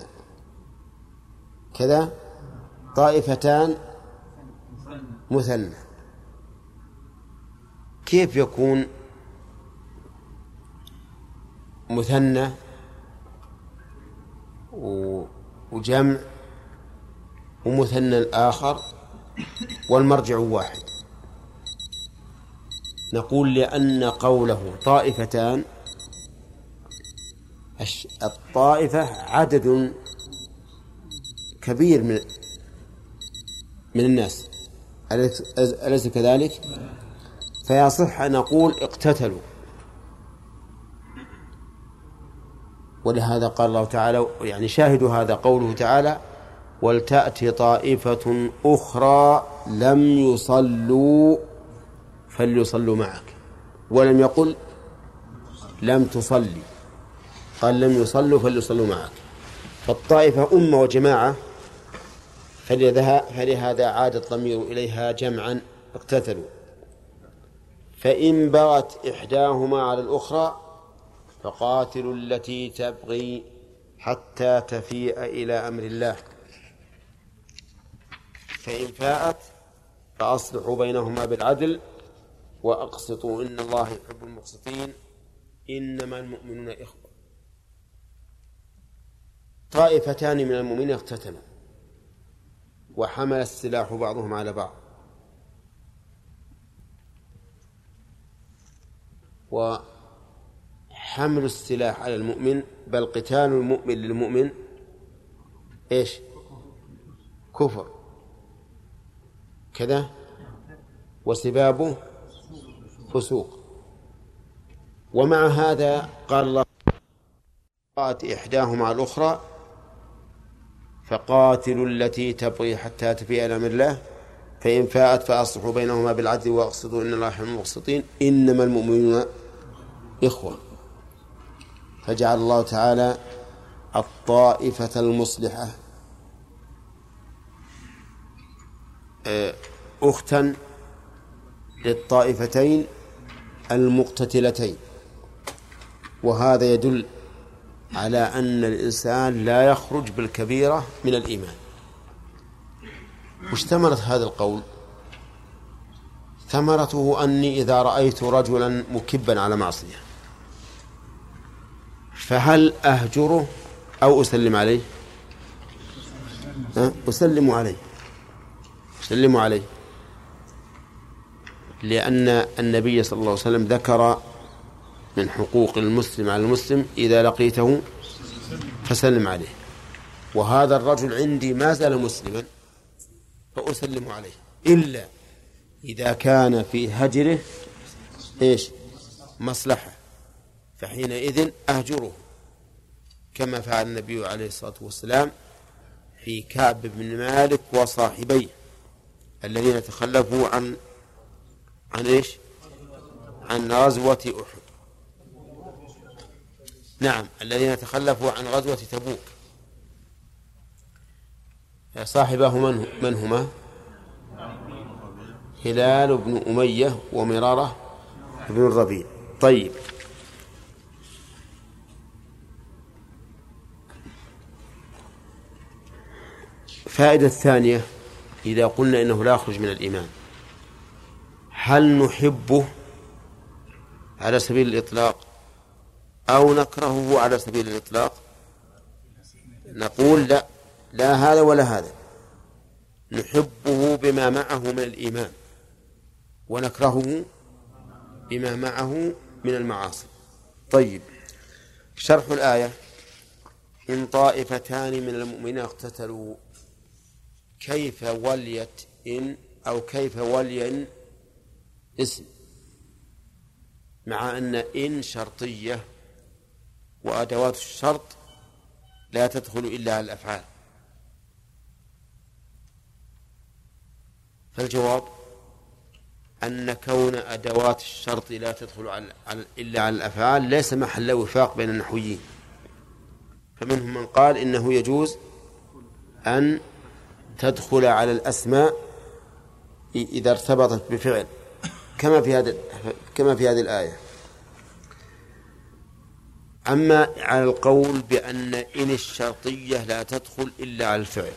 كذا. طائفتان مثنى، كيف يكون مثنى وجمع ومثنى الآخر والمرجع واحد؟ نقول لأن قوله طائفتان، الطائفة عدد كبير من الناس، أليس كذلك؟ فيصح أن نقول اقتتلوا. ولهذا قال الله تعالى، يعني شاهد هذا قوله تعالى: ولتأتي طائفة أخرى لم يصلوا فليصلوا معك، ولم يقل لم تصلي، قال لم يصلوا فليصلوا معك. فالطائفة أمة وجماعة، فلهذا عاد الضمير إليها جمعا، اقتتلوا. فإن بغت إحداهما على الأخرى فقاتلوا التي تبغي حتى تفيء إلى أمر الله، فإن فاءت فأصلحوا بينهما بالعدل وأقسطوا إن الله يحب المقسطين، إنما المؤمنون إخوة. طائفتان من المؤمنين اقتتلوا وحمل السلاح بعضهم على بعض، وحمل السلاح على المؤمن، بل قتال المؤمن للمؤمن كفر كذا، وسبابه فسوق. ومع هذا قال الله: قالت إحداهما على الأخرى فقاتلوا التي تبغي حتى تفيء إلى أمر الله فإن فاءت فأصلحوا بينهما بالعدل وأقسطوا إن الله يحب المقسطين إنما المؤمنون إخوة. فجعل الله تعالى الطائفة المصلحة أختا للطائفتين المقتتلتين، وهذا يدل على أن الإنسان لا يخرج بالكبيرة من الإيمان. وش ثمرة هذا القول؟ ثمرته أني إذا رأيت رجلا مكبا على معصية فهل أهجره أو أسلم عليه؟ أسلم عليه، لأن النبي صلى الله عليه وسلم ذكر من حقوق المسلم على المسلم: إذا لقيته فسلم عليه. وهذا الرجل عندي ما زال مسلما فأسلم عليه، إلا إذا كان في هجره مصلحة، فحينئذ أهجره، كما فعل النبي عليه الصلاة والسلام في كعب بن مالك وصاحبيه الذين تخلفوا عن غزوة أحد. نعم، الذين تخلفوا عن غزوة تبوك. صاحبه من هما؟ هلال بن أمية ومرارة بن الربيع. طيب، فائدة الثانية إذا قلنا إنه لا يخرج من الإيمان هل نحبه على سبيل الإطلاق أو نكرهه على سبيل الإطلاق؟ نقول لا هذا ولا هذا، نحبه بما معه من الإيمان ونكرهه بما معه من المعاصي. طيب، شرح الآية: إن طائفتان من المؤمنين اقتتلوا. كيف وليت إن أو كيف ولي اسم، مع أن إن شرطية وأدوات الشرط لا تدخل إلا على الأفعال؟ فالجواب أن كون أدوات الشرط لا تدخل إلا على الأفعال ليس محل وفاق بين النحويين، فمنهم من قال إنه يجوز أن تدخل على الأسماء إذا ارتبطت بفعل كما في هذه الآية. أما على القول بأن إن الشرطية لا تدخل إلا على الفعل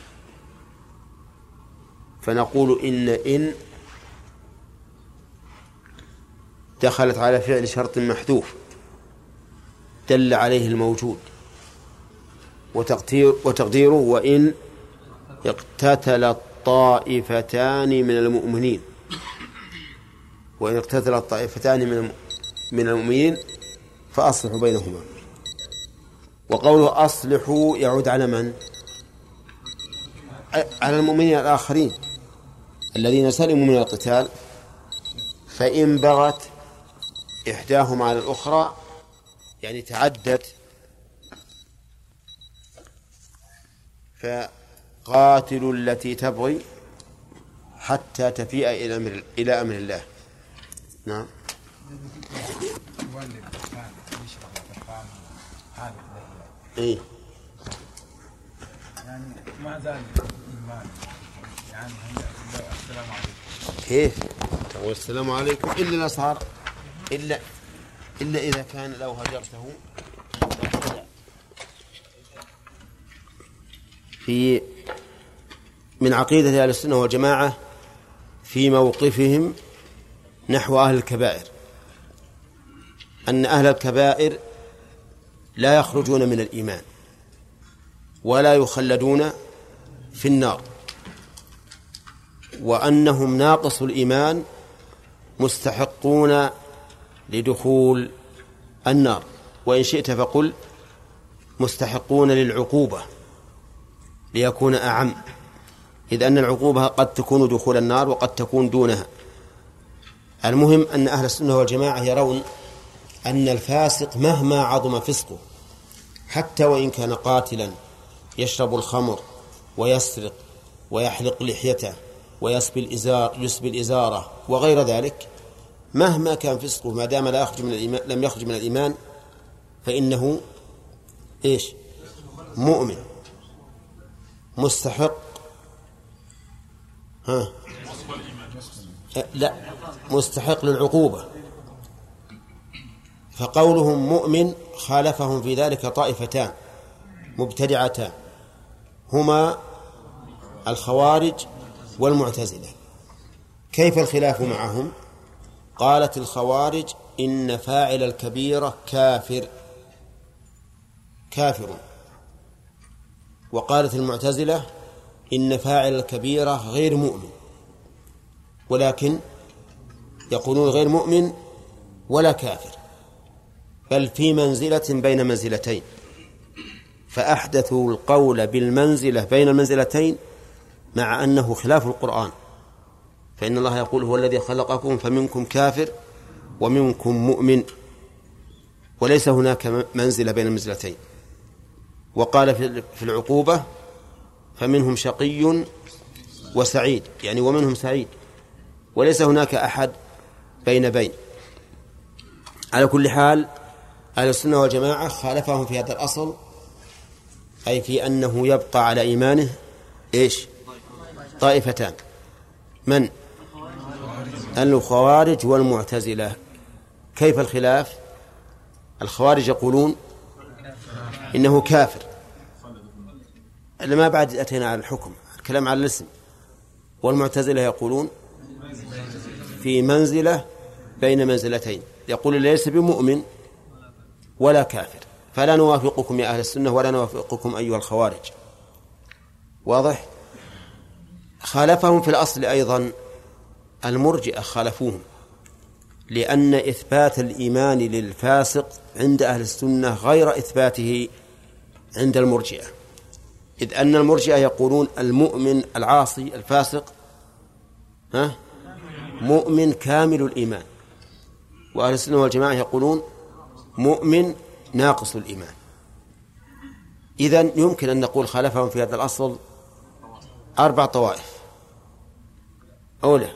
فنقول إن دخلت على فعل شرط محذوف دل عليه الموجود، وتقديره وإن اقتتل الطائفتان من المؤمنين، وإن اقتتل الطائفتان من المؤمنين فأصلحوا بينهما. وقوله أصلحوا يعود على من؟ على المؤمنين الآخرين الذين سلموا من القتال، فإن بغت إحداهما على الأخرى يعني تعدت فقاتلوا التي تبغي حتى تفيء إلى أمر الله. نعم. إيه؟ يعني ما زال الإيمان يعني السلام عليكم. كيف تقول السلام عليكم إلا صار إلا إذا كان لو هجرته في من عقيدة أهل السنة والجماعة في موقفهم نحو أهل الكبائر أن أهل الكبائر لا يخرجون من الإيمان ولا يخلدون في النار، وأنهم ناقص الإيمان مستحقون لدخول النار، وإن شئت فقل مستحقون للعقوبة ليكون أعم، إذ أن العقوبة قد تكون دخول النار وقد تكون دونها. المهم أن أهل السنة والجماعة يرون أن الفاسق مهما عظم فسقه حتى وإن كان قاتلا يشرب الخمر ويسرق ويحلق لحيته ويسبي الإزارة وغير ذلك، مهما كان فسقه ما دام لم يخرج من الإيمان فإنه إيش؟ مؤمن مستحق لا مستحق للعقوبة. فقولهم مؤمن خالفهم في ذلك طائفتان مبتدعتان هما الخوارج والمعتزلة. كيف الخلاف معهم؟ قالت الخوارج إن فاعل الكبيرة كافر، وقالت المعتزلة إن فاعل الكبيرة غير مؤمن، ولكن يقولون غير مؤمن ولا كافر، بل في منزلة بين منزلتين، فأحدثوا القول بالمنزلة بين المنزلتين مع أنه خلاف القرآن، فإن الله يقول هو الذي خلقكم فمنكم كافر ومنكم مؤمن، وليس هناك منزلة بين المنزلتين. وقال في العقوبة فمنهم شقي وسعيد، يعني ومنهم سعيد، وليس هناك أحد بين. على كل حال أهل السنة والجماعة خالفهم في هذا الأصل، أي في أنه يبقى على إيمانه إيش؟ طائفتان، من؟ الخوارج والمعتزلة. كيف الخلاف؟ الخوارج يقولون إنه كافر، لما بعد أتينا على الحكم، الكلام على الاسم، والمعتزلة يقولون في منزلة بين منزلتين، يقول ليس بمؤمن ولا كافر، فلا نوافقكم يا أهل السنة ولا نوافقكم أيها الخوارج. واضح؟ خالفهم في الأصل أيضا المرجئة، خالفوهم، لأن إثبات الإيمان للفاسق عند أهل السنة غير إثباته عند المرجئة، إذ أن المرجئة يقولون المؤمن العاصي الفاسق مؤمن كامل الإيمان، وأهل السنة والجماعة يقولون مؤمن ناقص الإيمان. إذن يمكن أن نقول خالفهم في هذا الأصل 4 طوائف، أولى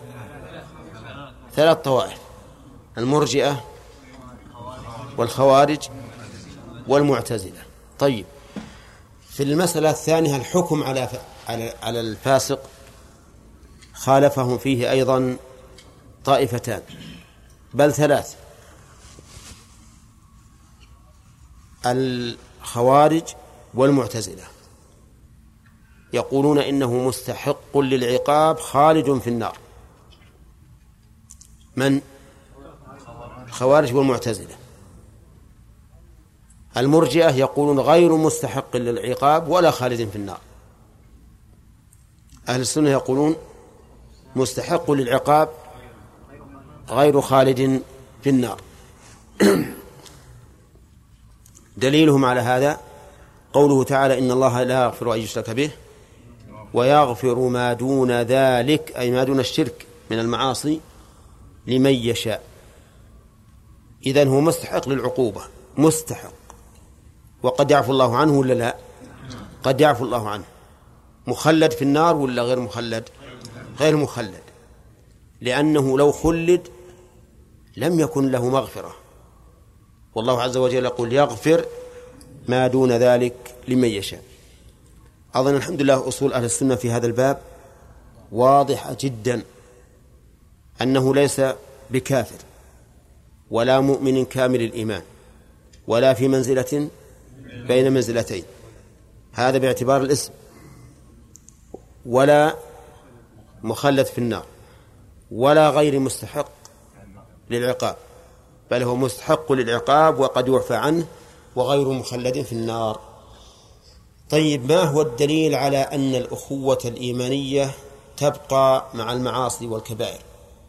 3 طوائف: المرجئة والخوارج والمعتزلة. طيب، في المسألة الثانية الحكم على الفاسق خالفهم فيه أيضا طائفتان بل 3: الخوارج والمعتزلة يقولون إنه مستحق للعقاب خالد في النار. من؟ الخوارج والمعتزلة. المرجئة يقولون غير مستحق للعقاب ولا خالد في النار. أهل السنة يقولون مستحق للعقاب غير خالد في النار. دليلهم على هذا قوله تعالى: إن الله لا يغفر أن يشرك به ويغفر ما دون ذلك، أي ما دون الشرك من المعاصي، لمن يشاء. إذن هو مستحق للعقوبة، مستحق. وقد يعفو الله عنه ولا لا؟ قد يعفو الله عنه. مخلد في النار ولا غير مخلد؟ غير مخلد، لأنه لو خلد لم يكن له مغفرة، والله عز وجل يقول: يغفر ما دون ذلك لمن يشاء. أظن الحمد لله أصول أهل السنة في هذا الباب واضحة جدا، أنه ليس بكافر ولا مؤمن كامل الإيمان ولا في منزلة بين منزلتين، هذا باعتبار الاسم، ولا مخلد في النار ولا غير مستحق للعقاب، بل هو مستحق للعقاب وقد يعفى عنه وغير مخلد في النار. طيب، ما هو الدليل على أن الأخوة الإيمانية تبقى مع المعاصي والكبائر؟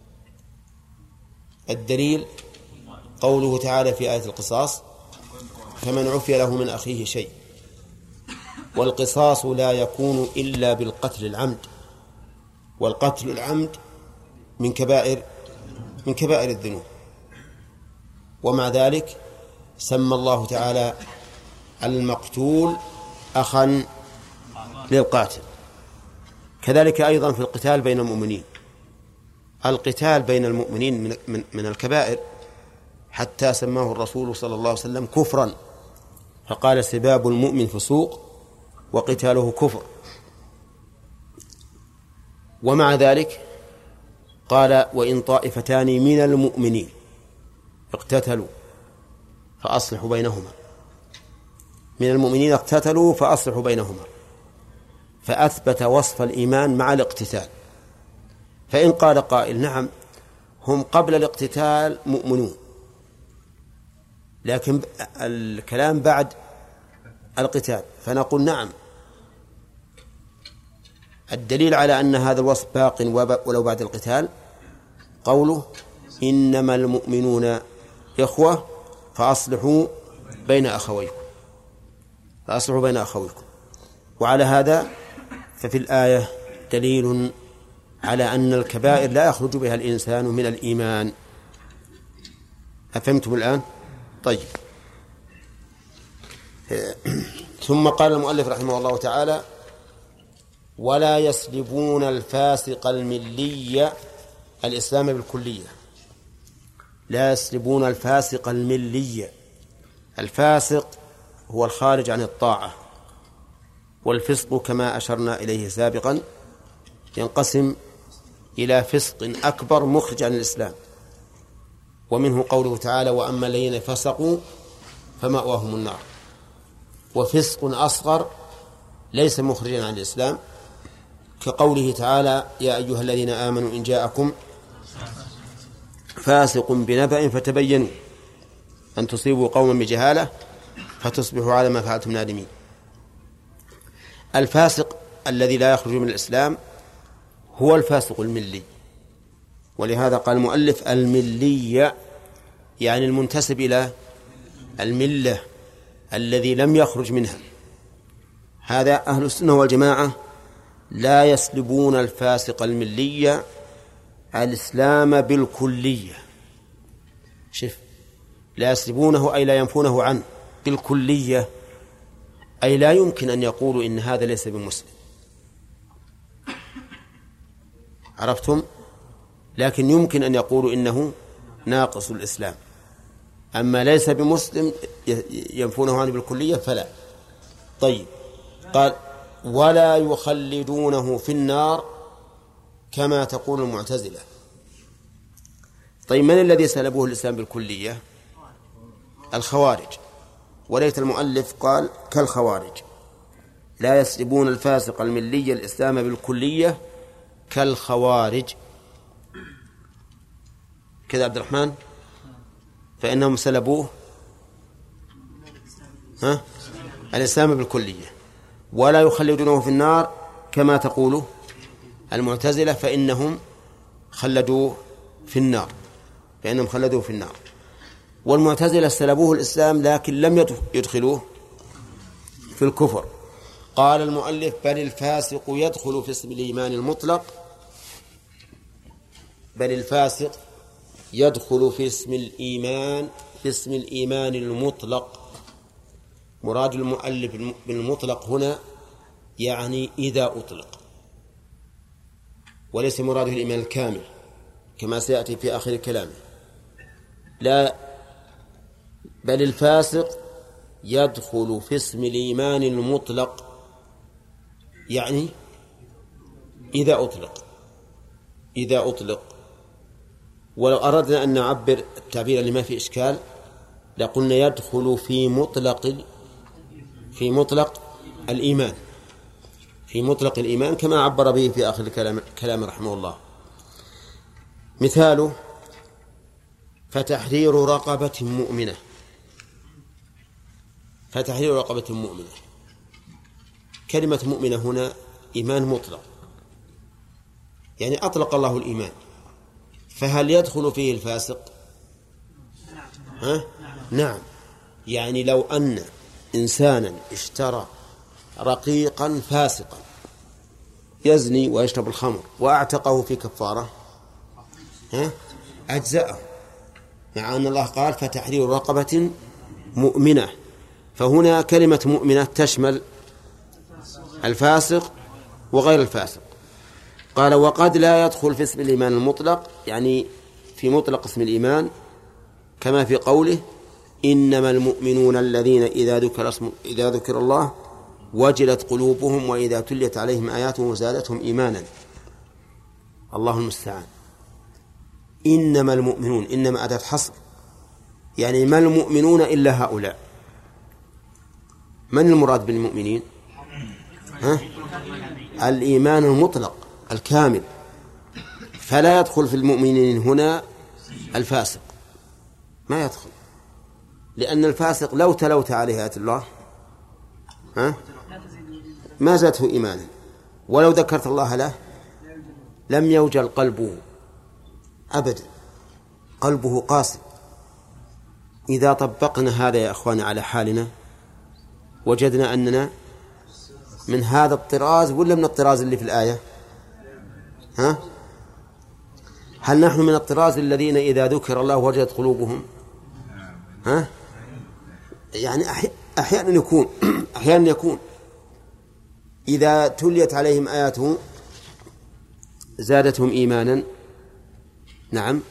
الدليل قوله تعالى في آية القصاص: فمن عفي له من أخيه شيء. والقصاص لا يكون إلا بالقتل العمد، والقتل العمد من كبائر الذنوب، ومع ذلك سمى الله تعالى المقتول أخا للقاتل. كذلك أيضا في القتال بين المؤمنين، القتال بين المؤمنين من الكبائر، حتى سماه الرسول صلى الله عليه وسلم كفرا، فقال: سباب المؤمن فسوق وقتاله كفر. ومع ذلك قال: وإن طائفتان من المؤمنين اقتتلوا فأصلحوا بينهما. من المؤمنين اقتتلوا فأصلحوا بينهما، فأثبت وصف الإيمان مع الاقتتال. فإن قال قائل: نعم، هم قبل الاقتتال مؤمنون، لكن الكلام بعد القتال، فنقول: نعم، الدليل على أن هذا الوصف باق ولو بعد القتال قوله: إنما المؤمنون إخوة فأصلحوا بين أخويكم. وعلى هذا ففي الآية دليل على أن الكبائر لا يخرج بها الإنسان من الإيمان. أفهمتم الآن؟ طيب. ثم قال المؤلف رحمه الله تعالى: ولا يسلبون الفاسق الملي الإسلام بالكلية. لا يسلبون الفاسق الملي. الفاسق هو الخارج عن الطاعة، والفسق كما أشرنا إليه سابقا ينقسم إلى فسق أكبر مخرج عن الإسلام، ومنه قوله تعالى: وأما الذين فسقوا فمأواهم النار. وفسق أصغر ليس مخرجا عن الإسلام، كقوله تعالى يا أيها الذين آمنوا إن جاءكم فاسق بنبأ فتبينوا أن تصيبوا قوما بجهالة فتصبحوا على ما فعلتم نادمين. الفاسق الذي لا يخرج من الإسلام هو الفاسق الملي، ولهذا قال المؤلف الملي، يعني المنتسب إلى الملة الذي لم يخرج منها. هذا أهل السنة والجماعة لا يسلبون الفاسق الملي الإسلام بالكلية. شف، لا يسلبونه أي لا ينفونه عنه بالكلية، أي لا يمكن أن يقولوا إن هذا ليس بمسلم. عرفتم؟ لكن يمكن أن يقولوا إنه ناقص الإسلام، أما ليس بمسلم ينفونه عنه بالكلية فلا. طيب، قال ولا يخلدونه في النار كما تقول المعتزلة. طيب، من الذي سلبوه الإسلام بالكلية؟ الخوارج. وليت المؤلف قال كالخوارج، لا يسلبون الفاسق الملي الإسلام بالكلية كالخوارج. كذا عبد الرحمن، فإنهم سلبوه الإسلام بالكلية. ولا يخلدونه في النار كما تقول المعتزلة، فإنهم خلدوه في النار، فإنهم خلدوه في النار. والمعتزلة سلبوه الإسلام لكن لم يدخلوه في الكفر. قال المؤلف بل الفاسق يدخل في اسم الإيمان المطلق، بل الفاسق يدخل في اسم الإيمان المطلق. مراد المؤلف بالمطلق هنا يعني إذا أطلق، وليس مراده الإيمان الكامل كما سيأتي في آخر كلامه. لا، بل الفاسق يدخل في اسم الإيمان المطلق، يعني إذا أطلق. ولو أردنا أن نعبر التعبير لما في إشكال لقلنا يدخل في مطلق الإيمان، في مطلق الإيمان كما عبر به في آخر كلام رحمه الله. مثاله فتحرير رقبة مؤمنة. فتحرير رقبة مؤمنة، كلمة مؤمنة هنا إيمان مطلق، يعني أطلق الله الإيمان، فهل يدخل فيه الفاسق؟ نعم. يعني لو أن إنسانا اشترى رقيقا فاسقا يزني ويشرب الخمر وأعتقه في كفارة أجزأه، مع أن الله قال فتحرير رقبة مؤمنة، فهنا كلمة مؤمنة تشمل الفاسق وغير الفاسق. قال وقد لا يدخل في اسم الإيمان المطلق، يعني في مطلق اسم الإيمان، كما في قوله إنما المؤمنون الذين إذا ذكر الله وجلت قلوبهم وإذا تليت عليهم آياته زادتهم إيمانا. الله المستعان. إنما المؤمنون، إنما أداة حصر، يعني ما المؤمنون إلا هؤلاء. من المراد بالمؤمنين؟ الإيمان المطلق الكامل، فلا يدخل في المؤمنين هنا الفاسق، ما يدخل، لأن الفاسق لو تلوت عليه آيات الله ما زادته إيمانا، ولو ذكرت الله له لم يوجل قلبه أبدا، قلبه قاسي. إذا طبقنا هذا يا أخواني على حالنا وجدنا أننا من هذا الطراز ولا من الطراز اللي في الآية؟ هل نحن من الطراز الذين إذا ذكر الله وجدت قلوبهم؟ يعني أحيانا يكون إذا تليت عليهم آياته زادتهم إيمانا. نعم.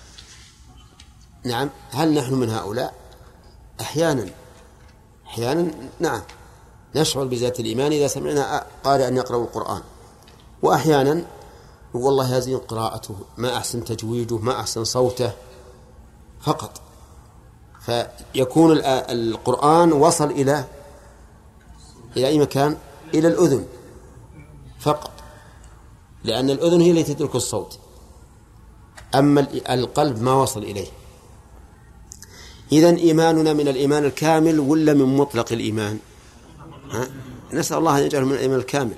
هل نحن من هؤلاء؟ أحيانا نعم، نشعر بذات الإيمان إذا سمعنا قارئا يقرأ القرآن، وأحيانا والله هذه قراءته ما أحسن تجويده ما أحسن صوته فقط، فيكون القرآن وصل إلى أي مكان، إلى الأذن فقط، لأن الأذن هي التي تدرك الصوت، أما القلب ما وصل إليه. إذن إيماننا من الإيمان الكامل ولا من مطلق الإيمان؟ نسأل الله أن يجعله من الإيمان الكامل.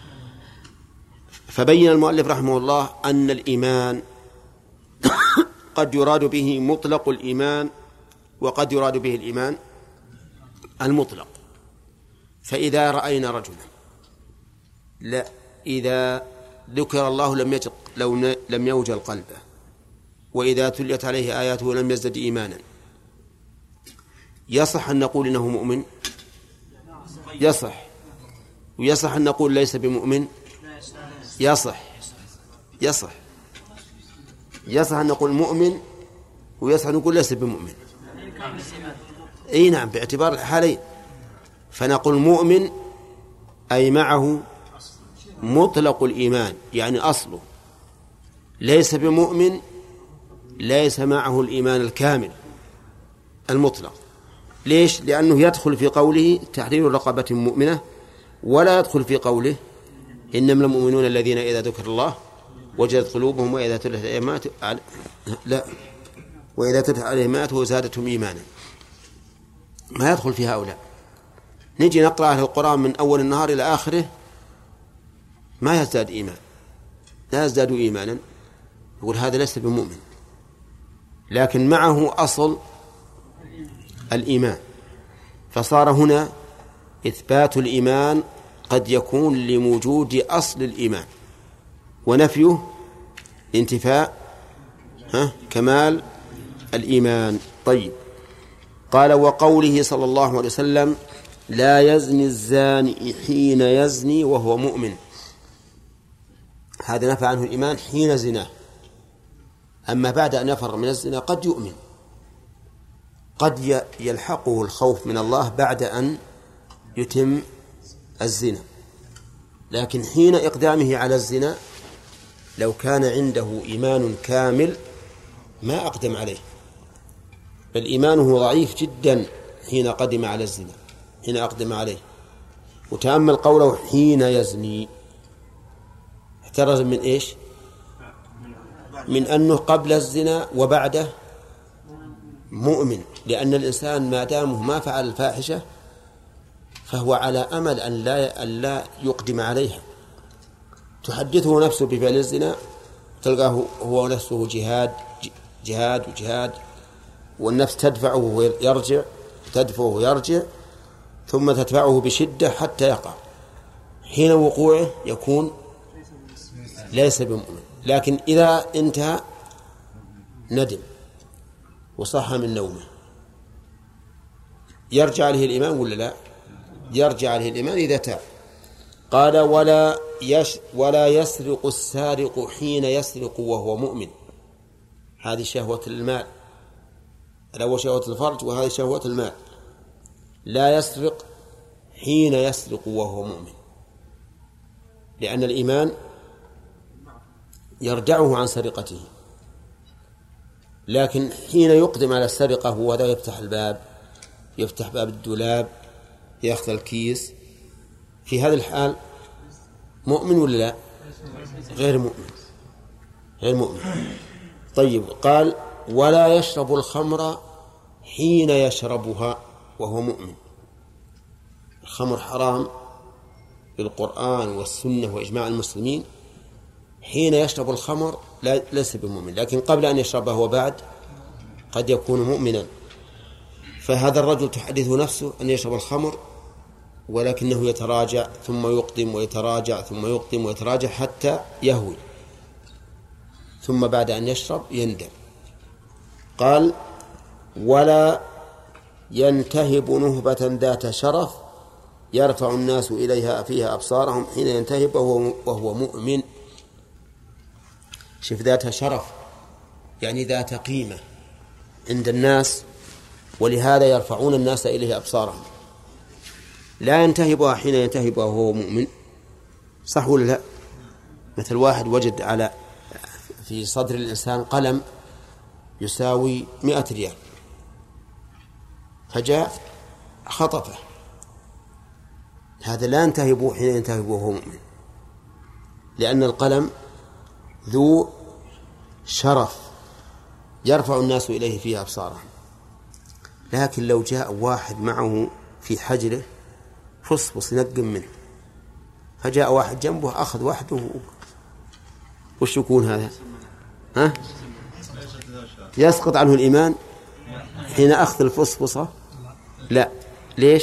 فبين المؤلف رحمه الله أن الإيمان قد يراد به مطلق الإيمان وقد يراد به الإيمان المطلق. فإذا رأينا رجلا إذا ذكر الله لم يوجل قلبه، وإذا تليت عليه آياته لم يزدد إيمانا، يصح أن نقول إنه مؤمن؟ يصح. ويصح أن نقول ليس بمؤمن؟ يصح أن نقول مؤمن، ويصح أن نقول ليس بمؤمن. أي نعم، باعتبار الحالين. فنقول مؤمن أي معه مطلق الإيمان، يعني أصله. ليس بمؤمن ليس معه الإيمان الكامل المطلق. ليش؟ لأنه يدخل في قوله تحرير رقبة مؤمنة، ولا يدخل في قوله إنما المؤمنون الذين إذا ذكر الله وجدت قلوبهم وإذا تلت عليهم آياته زادتهم إيمانا. ما يدخل في هؤلاء. نجي نقرأ أهل القرآن من أول النهار إلى آخره ما يزداد إيمان، لا يزداد إيمانا، يقول هذا ليس بمؤمن، لكن معه أصل الإيمان. فصار هنا إثبات الإيمان قد يكون لوجود أصل الإيمان، ونفيه انتفاء كمال الإيمان. طيب، قال وقوله صلى الله عليه وسلم لا يزني الزاني حين يزني وهو مؤمن، هذا نفى عنه الإيمان حين زناه. أما بعد أن يفرغ من الزنا قد يؤمن، قد يلحقه الخوف من الله بعد أن يتم الزنا، لكن حين إقدامه على الزنا لو كان عنده إيمان كامل ما أقدم عليه، بل إيمانه ضعيف جدا حين قدم على الزنا، حين أقدم عليه. وتأمل قوله حين يزني، احترز من إيش؟ من أنه قبل الزنا وبعده مؤمن، لأن الإنسان ما دامه ما فعل الفاحشة فهو على أمل أن لا يقدم عليها. تحدثه نفسه بفعل الزنا تلقاه هو نفسه جهاد، والنفس تدفعه ويرجع، تدفعه ويرجع، ثم تدفعه بشدة حتى يقع. حين وقوعه يكون ليس بمؤمن، لكن إذا انتهى ندم وصح من نومه يرجع عليه الإيمان ولا لا؟ يرجع عليه الإيمان إذا تاب. قال ولا يسرق السارق حين يسرق وهو مؤمن. هذه شهوة المال، الأول شهوة الفرج وهذه شهوة المال. لا يسرق حين يسرق وهو مؤمن، لأن الإيمان يردعه عن سرقته، لكن حين يقدم على السرقة هو ذا يفتح باب الدولاب، يأخذ الكيس، في هذا الحال مؤمن ولا لا؟ غير مؤمن. طيب، قال ولا يشرب الخمر حين يشربها وهو مؤمن. الخمر حرام بالقرآن والسنة وإجماع المسلمين. حين يشرب الخمر ليس بمؤمن، لكن قبل أن يشربه وبعد قد يكون مؤمنا. فهذا الرجل تحدث نفسه أن يشرب الخمر، ولكنه يتراجع ثم يقدم ويتراجع ثم يقدم ويتراجع حتى يهوي، ثم بعد أن يشرب يندم. قال ولا ينتهب نهبة ذات شرف يرفع الناس إليها فيها أبصارهم حين ينتهب وهو مؤمن. شوف، ذات شرف يعني ذات قيمة عند الناس، ولهذا يرفعون الناس إليه أبصارهم. لا ينتهبها حين ينتهبها وهو مؤمن، صح ولا لا؟ مثل واحد وجد في صدر الإنسان قلم يساوي 100 ريال، فجاء خطفه، هذا لا ينتهبه حين ينتهبه وهو مؤمن، لأن القلم ذو شرف يرفع الناس إليه فيه أبصارهم. لكن لو جاء واحد معه في حجره فصفص ينقم منه، فجاء واحد جنبه أخذ وحده، وش يكون هذا؟ ها؟ يسقط عنه الإيمان حين أخذ الفصفصة؟ لا. ليش؟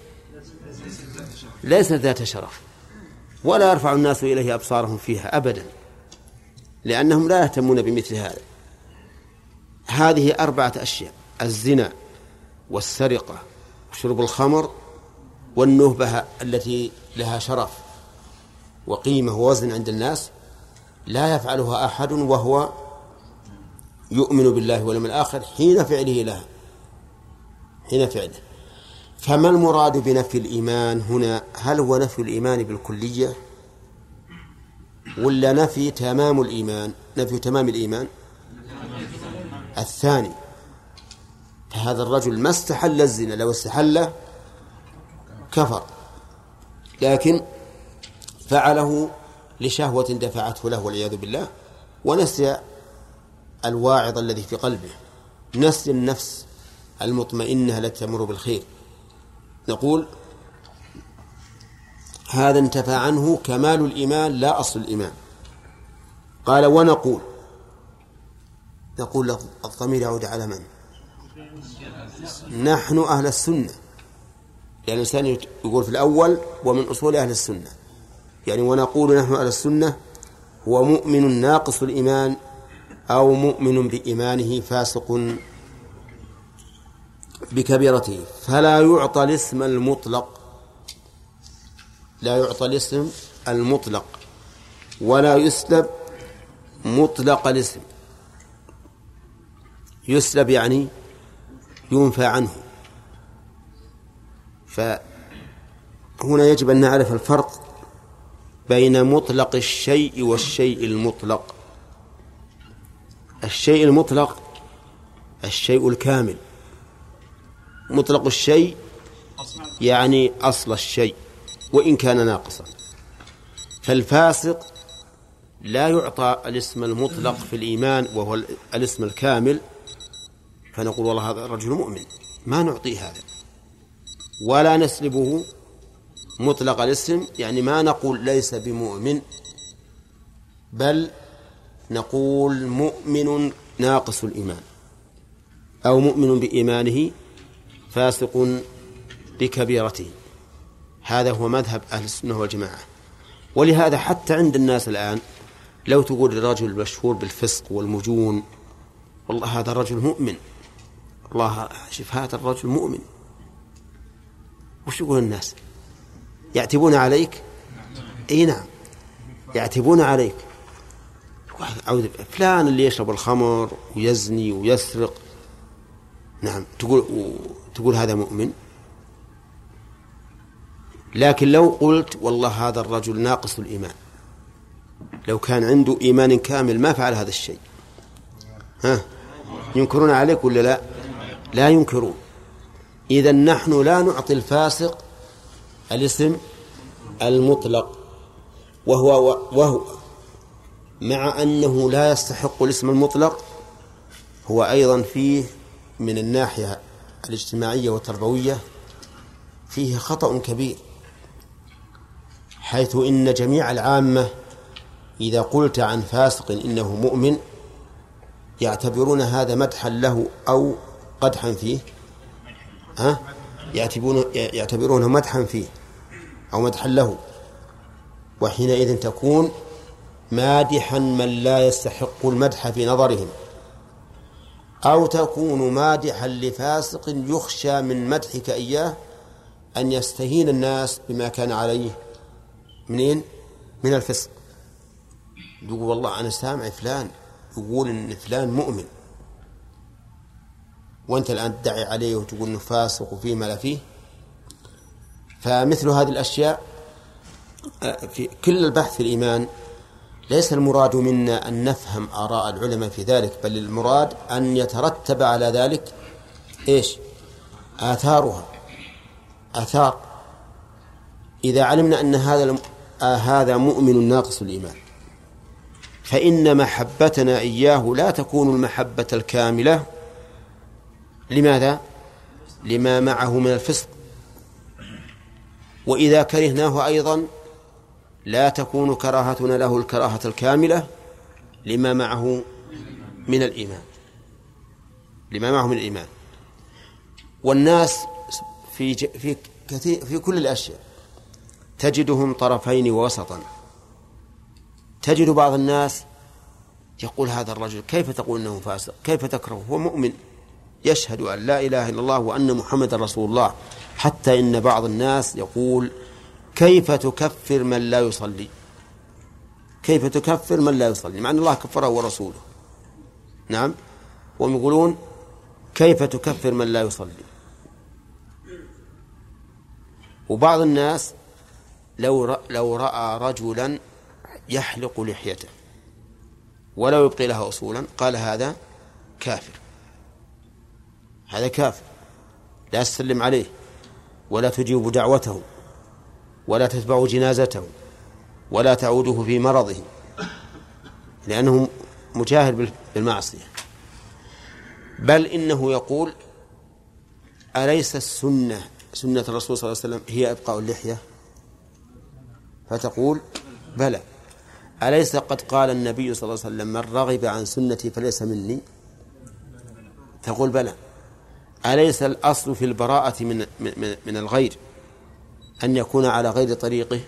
ليست ذات شرف، ولا يرفع الناس إليه أبصارهم فيها أبدا، لأنهم لا يهتمون بمثل هذا. هذه 4 أشياء: الزنا والسرقة وشرب الخمر والنهبة التي لها شرف وقيمة ووزن عند الناس، لا يفعلها أحد وهو يؤمن بالله واليوم الآخر حين فعله لها، حين فعله. فما المراد بنفي الإيمان هنا؟ هل هو نفي الإيمان بالكلية ولا نفي تمام الإيمان؟ نفي تمام الإيمان الثاني. فهذا الرجل ما استحل الزنا، لو استحله كفر، لكن فعله لشهوة دفعته له والعياذ بالله، ونسي الواعظ الذي في قلبه، نسي النفس المطمئنة التي تأمر بالخير. نقول هذا انتفى عنه كمال الإيمان لا أصل الإيمان. قال ونقول، نقول الضمير يعود على من؟ نحن أهل السنة، يعني الإنسان يقول في الأول ومن أصول أهل السنة، يعني ونقول نحن أهل السنة هو مؤمن ناقص الإيمان أو مؤمن بإيمانه فاسق بكبيرته، فلا يعطى الاسم المطلق، لا يعطى الاسم المطلق ولا يسلب مطلق الاسم. يسلب يعني ينفى عنه. فهنا يجب أن نعرف الفرق بين مطلق الشيء والشيء المطلق. الشيء المطلق الشيء الكامل، مطلق الشيء يعني أصل الشيء وإن كان ناقصا. فالفاسق لا يعطى الاسم المطلق في الإيمان وهو الاسم الكامل، فنقول والله هذا الرجل مؤمن، ما نعطيه هذا، ولا نسلبه مطلق الاسم، يعني ما نقول ليس بمؤمن، بل نقول مؤمن ناقص الإيمان أو مؤمن بإيمانه فاسق بكبيرته. هذا هو مذهب أهل السنة والجماعة. ولهذا حتى عند الناس الآن لو تقول الرجل المشهور بالفسق والمجون والله هذا الرجل مؤمن، الله شوف هذا الرجل مؤمن، وش يقول الناس؟ يعتبون عليك؟ اي نعم يعتبون عليك. فلان اللي يشرب الخمر ويزني ويسرق، نعم تقول هذا مؤمن. لكن لو قلت والله هذا الرجل ناقص الإيمان، لو كان عنده إيمان كامل ما فعل هذا الشيء، ينكرون عليك ولا لا؟ لا ينكرون. إذن نحن لا نعطي الفاسق الاسم المطلق، وهو مع أنه لا يستحق الاسم المطلق، هو أيضا فيه من الناحية الاجتماعية والتربوية فيه خطأ كبير، حيث إن جميع العامة إذا قلت عن فاسق إنه مؤمن يعتبرون هذا مدحا له أو قدحا فيه، يعتبرونه مدحا فيه أو مدحا له، وحينئذ تكون مادحا من لا يستحق المدح في نظرهم، أو تكون مادحا لفاسق يخشى من مدحك إياه أن يستهين الناس بما كان عليه من الفسق. يقول والله أنا سامع فلان يقول إن فلان مؤمن، وأنت الآن تدعي عليه وتقول إنه فاسق وفيه ما لا فيه. فمثل هذه الأشياء في كل البحث في الإيمان ليس المراد منا أن نفهم آراء العلماء في ذلك، بل المراد أن يترتب على ذلك إيش؟ آثارها. آثار. إذا علمنا أن هذا مؤمن ناقص الإيمان، فإن محبتنا إياه لا تكون المحبة الكاملة. لماذا؟ لما معه من الفسق. وإذا كرهناه أيضا لا تكون كراهتنا له الكراهة الكاملة لما معه من الإيمان، لما معه من الإيمان. والناس في كل الأشياء تجدهم طرفين ووسطا. تجد بعض الناس يقول هذا الرجل كيف تقول إنه فاسق، كيف تكره، هو مؤمن يشهد أن لا إله إلا الله وأن محمد رسول الله. حتى إن بعض الناس يقول كيف تكفر من لا يصلي، كيف تكفر من لا يصلي مع أن الله كفره ورسوله. نعم، وهم يقولون كيف تكفر من لا يصلي. وبعض الناس لو رأى رجلا يحلق لحيته ولو يبقي لها أصولا قال هذا كافر، هذا كافر، لا تسلم عليه ولا تجيب دعوته ولا تتبع جنازته ولا تعوده في مرضه، لأنه مجاهر بالمعصية. بل إنه يقول أليس السنة سنة الرسول صلى الله عليه وسلم هي إبقاء اللحية؟ فتقول بلى. أليس قد قال النبي صلى الله عليه وسلم من رغب عن سنتي فليس مني؟ تقول بلى. أليس الأصل في البراءة من الغير أن يكون على غير طريقه؟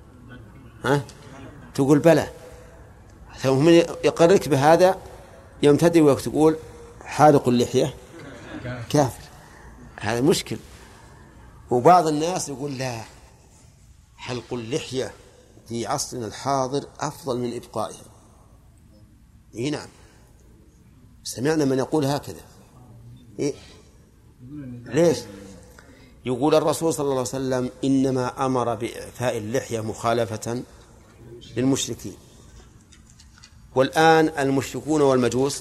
تقول بلى. ثم يقررك بهذا يمتدي وتقول حالق اللحية كافر. هذا مشكل. وبعض الناس يقول لا، حلق اللحية في عصرنا الحاضر أفضل من إبقائها. نعم، سمعنا من يقول هكذا. ليش؟ يقول الرسول صلى الله عليه وسلم إنما أمر بإعفاء اللحية مخالفة للمشركين، والآن المشركون والمجوس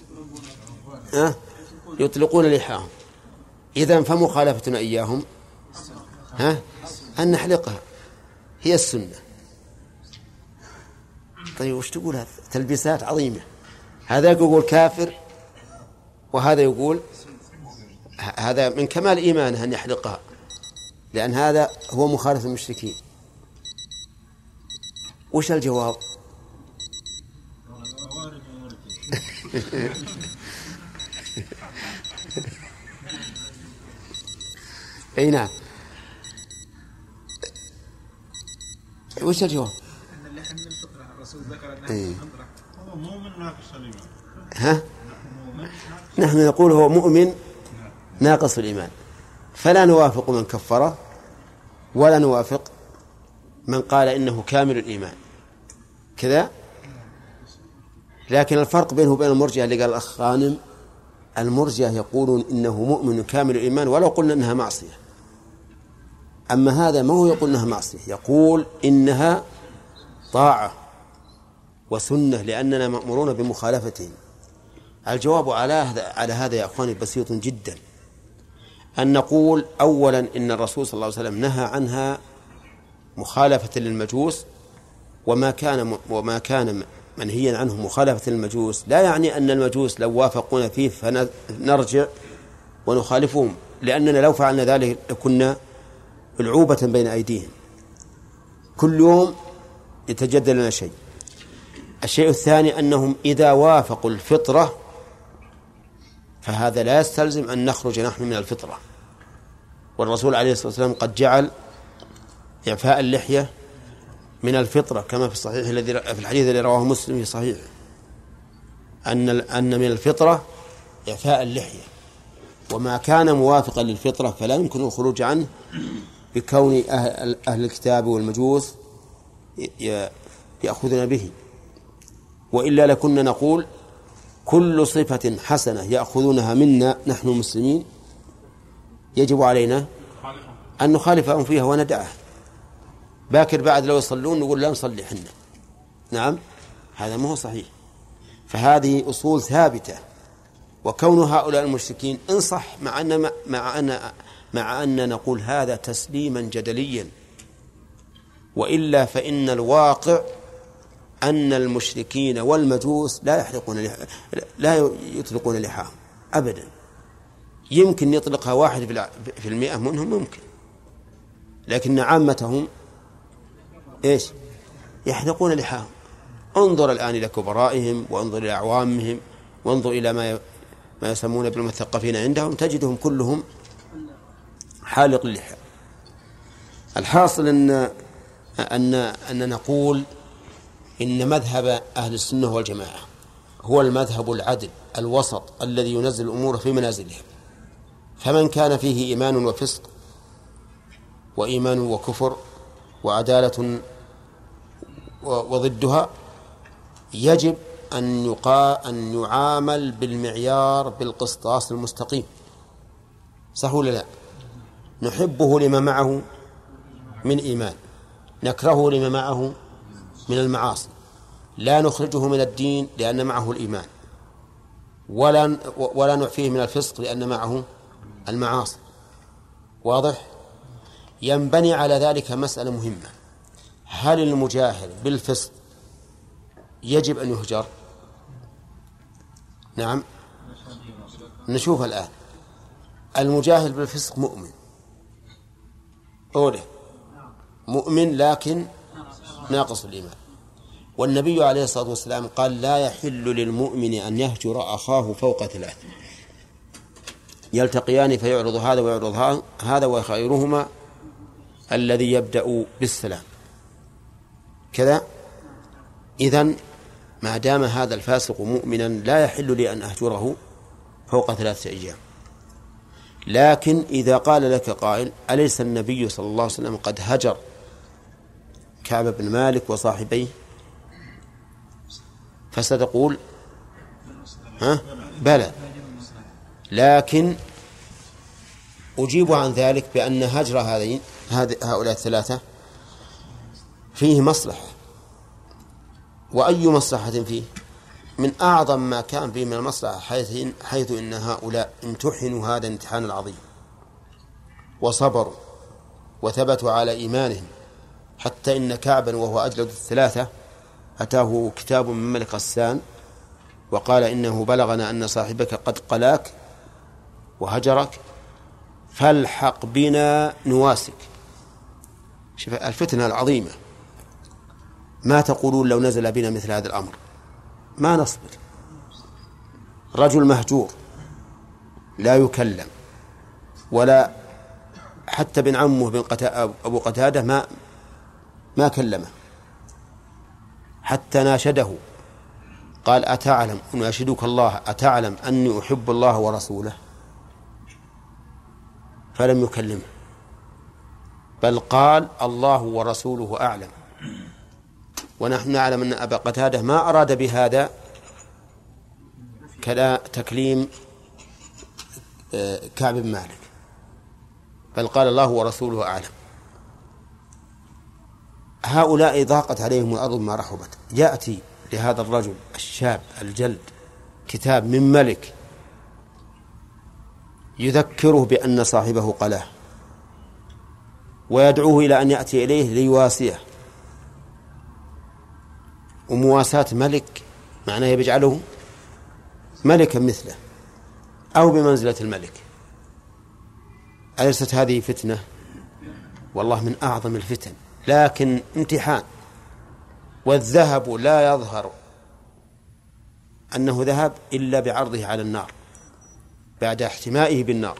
يطلقون لحاهم. إذن فمخالفتنا إياهم أن نحلقها هي السنة. طيب وش تقول؟ هذا تلبيسات عظيمة. هذا يقول كافر وهذا يقول هذا من كمال إيمانه أن يحلقها، لأن هذا هو مخالف المشركين. وش الجواب؟ أي نعم. وش الجواب؟ أن اللحم من الفطرة، الرسول ذكر أنه من الفطرة. هو مؤمن ناقص الإيمان. نحن نقول هو مؤمن ناقص الإيمان، فلا نوافق من كفره ولا نوافق من قال إنه كامل الإيمان كذا. لكن الفرق بينه وبين المرجئة اللي قال الأخ غانم، المرجئة يقولون إنه مؤمن كامل الإيمان ولو قلنا إنها معصية. أما هذا ما هو يقول إنها معصية، يقول إنها طاعة وسنة لأننا مأمورون بمخالفتهم. الجواب على هذا يا أخواني بسيط جدا، أن نقول أولا إن الرسول صلى الله عليه وسلم نهى عنها مخالفة للمجوس، وما كان منهيا عنه مخالفة للمجوس لا يعني أن المجوس لو وافقونا فيه فنرجع ونخالفهم، لأننا لو فعلنا ذلك لكنا العوبة بين أيديهم، كل يوم يتجدد لنا شيء. الشيء الثاني أنهم إذا وافقوا الفطرة فهذا لا يستلزم أن نخرج نحن من الفطرة، والرسول عليه الصلاة والسلام قد جعل إعفاء اللحية من الفطرة كما في الصحيح في الحديث الذي رواه مسلم في صحيح أن من الفطرة إعفاء اللحية، وما كان موافقا للفطرة فلا يمكن الخروج عنه بكون أهل الكتاب والمجوس يأخذون به، وإلا لكنا نقول كل صفة حسنة يأخذونها منا نحن المسلمين يجب علينا أن نخالفهم فيها وندعه. باكر بعد لو يصلون نقول لا نصلي حنا. نعم، هذا ما هو صحيح. فهذه أصول ثابتة، وكون هؤلاء المشركين إن صح مع أن نقول هذا تسليما جدليا، وإلا فإن الواقع أن المشركين والمجوس لا يطلقون لحاهم أبدا. يمكن يطلقها 1% منهم ممكن، لكن عامتهم إيش؟ يحلقون لحاهم. انظر الآن إلى كبرائهم، وانظر إلى أعوامهم، وانظر إلى ما يسمون بالمثقفين عندهم، تجدهم كلهم حالق اللحى. الحاصل أن نقول إن مذهب أهل السنة والجماعة هو المذهب العدل الوسط الذي ينزل الأمور في منازلها. فمن كان فيه إيمان وفسق وإيمان وكفر وعدالة وضدها يجب أن يعامل بالمعيار بالقسطاس المستقيم. صح ولا لا؟ نحبه لما معه من إيمان، نكرهه لما معه من المعاصي، لا نخرجه من الدين لأن معه الإيمان، ولا نعفيه من الفسق لأن معه المعاصي. واضح؟ ينبني على ذلك مسألة مهمة: هل المجاهر بالفسق يجب أن يهجر؟ نعم، نشوف الآن. المجاهر بالفسق مؤمن، مؤمن لكن ناقص الإيمان. والنبي عليه الصلاة والسلام قال: لا يحل للمؤمن أن يهجر أخاه فوق 3، يلتقيان فيعرض هذا ويعرض هذا وخيرهما الذي يبدأ بالسلام كذا. إذن ما دام هذا الفاسق مؤمنا لا يحل لي أن أهجره فوق 3 أيام. لكن إذا قال لك قائل: أليس النبي صلى الله عليه وسلم قد هجر كعب بن مالك وصاحبيه؟ فستقول: بلى، لكن أجيب عن ذلك بأن هجر هؤلاء 3 فيه مصلحة. وأي مصلحة فيه؟ من أعظم ما كان فيه من المصلحة، حيث إن هؤلاء امتحنوا هذا الامتحان العظيم وصبروا وثبتوا على إيمانهم، حتى إن كعبا وهو أجلد 3 أتاه كتاب من ملك غسان وقال: إنه بلغنا أن صاحبك قد قلاك وهجرك فالحق بنا نواسك. شوف الفتنة العظيمة. ما تقولون لو نزل بنا مثل هذا الأمر؟ ما نصبر. رجل مهجور لا يكلم، ولا حتى بن عمه أبو قتادة ما كلمه، حتى ناشده قال: أتعلم أناشدك الله، أتعلم أني أحب الله ورسوله؟ فلم يكلمه، بل قال: الله ورسوله أعلم. ونحن نعلم أن أبا قتادة ما أراد بهذا كلا تكليم كعب بن مالك، بل قال: الله ورسوله أعلم. هؤلاء ضاقت عليهم الأرض ما رحبت. يأتي لهذا الرجل الشاب الجلد كتاب من ملك يذكره بأن صاحبه قلاه، ويدعوه إلى أن يأتي إليه ليواسيه. ومواساة ملك معناه يجعله ملكا مثله أو بمنزلة الملك. أليست هذه فتنة؟ والله من أعظم الفتن، لكن امتحان. والذهب لا يظهر أنه ذهب إلا بعرضه على النار بعد احتمائه بالنار.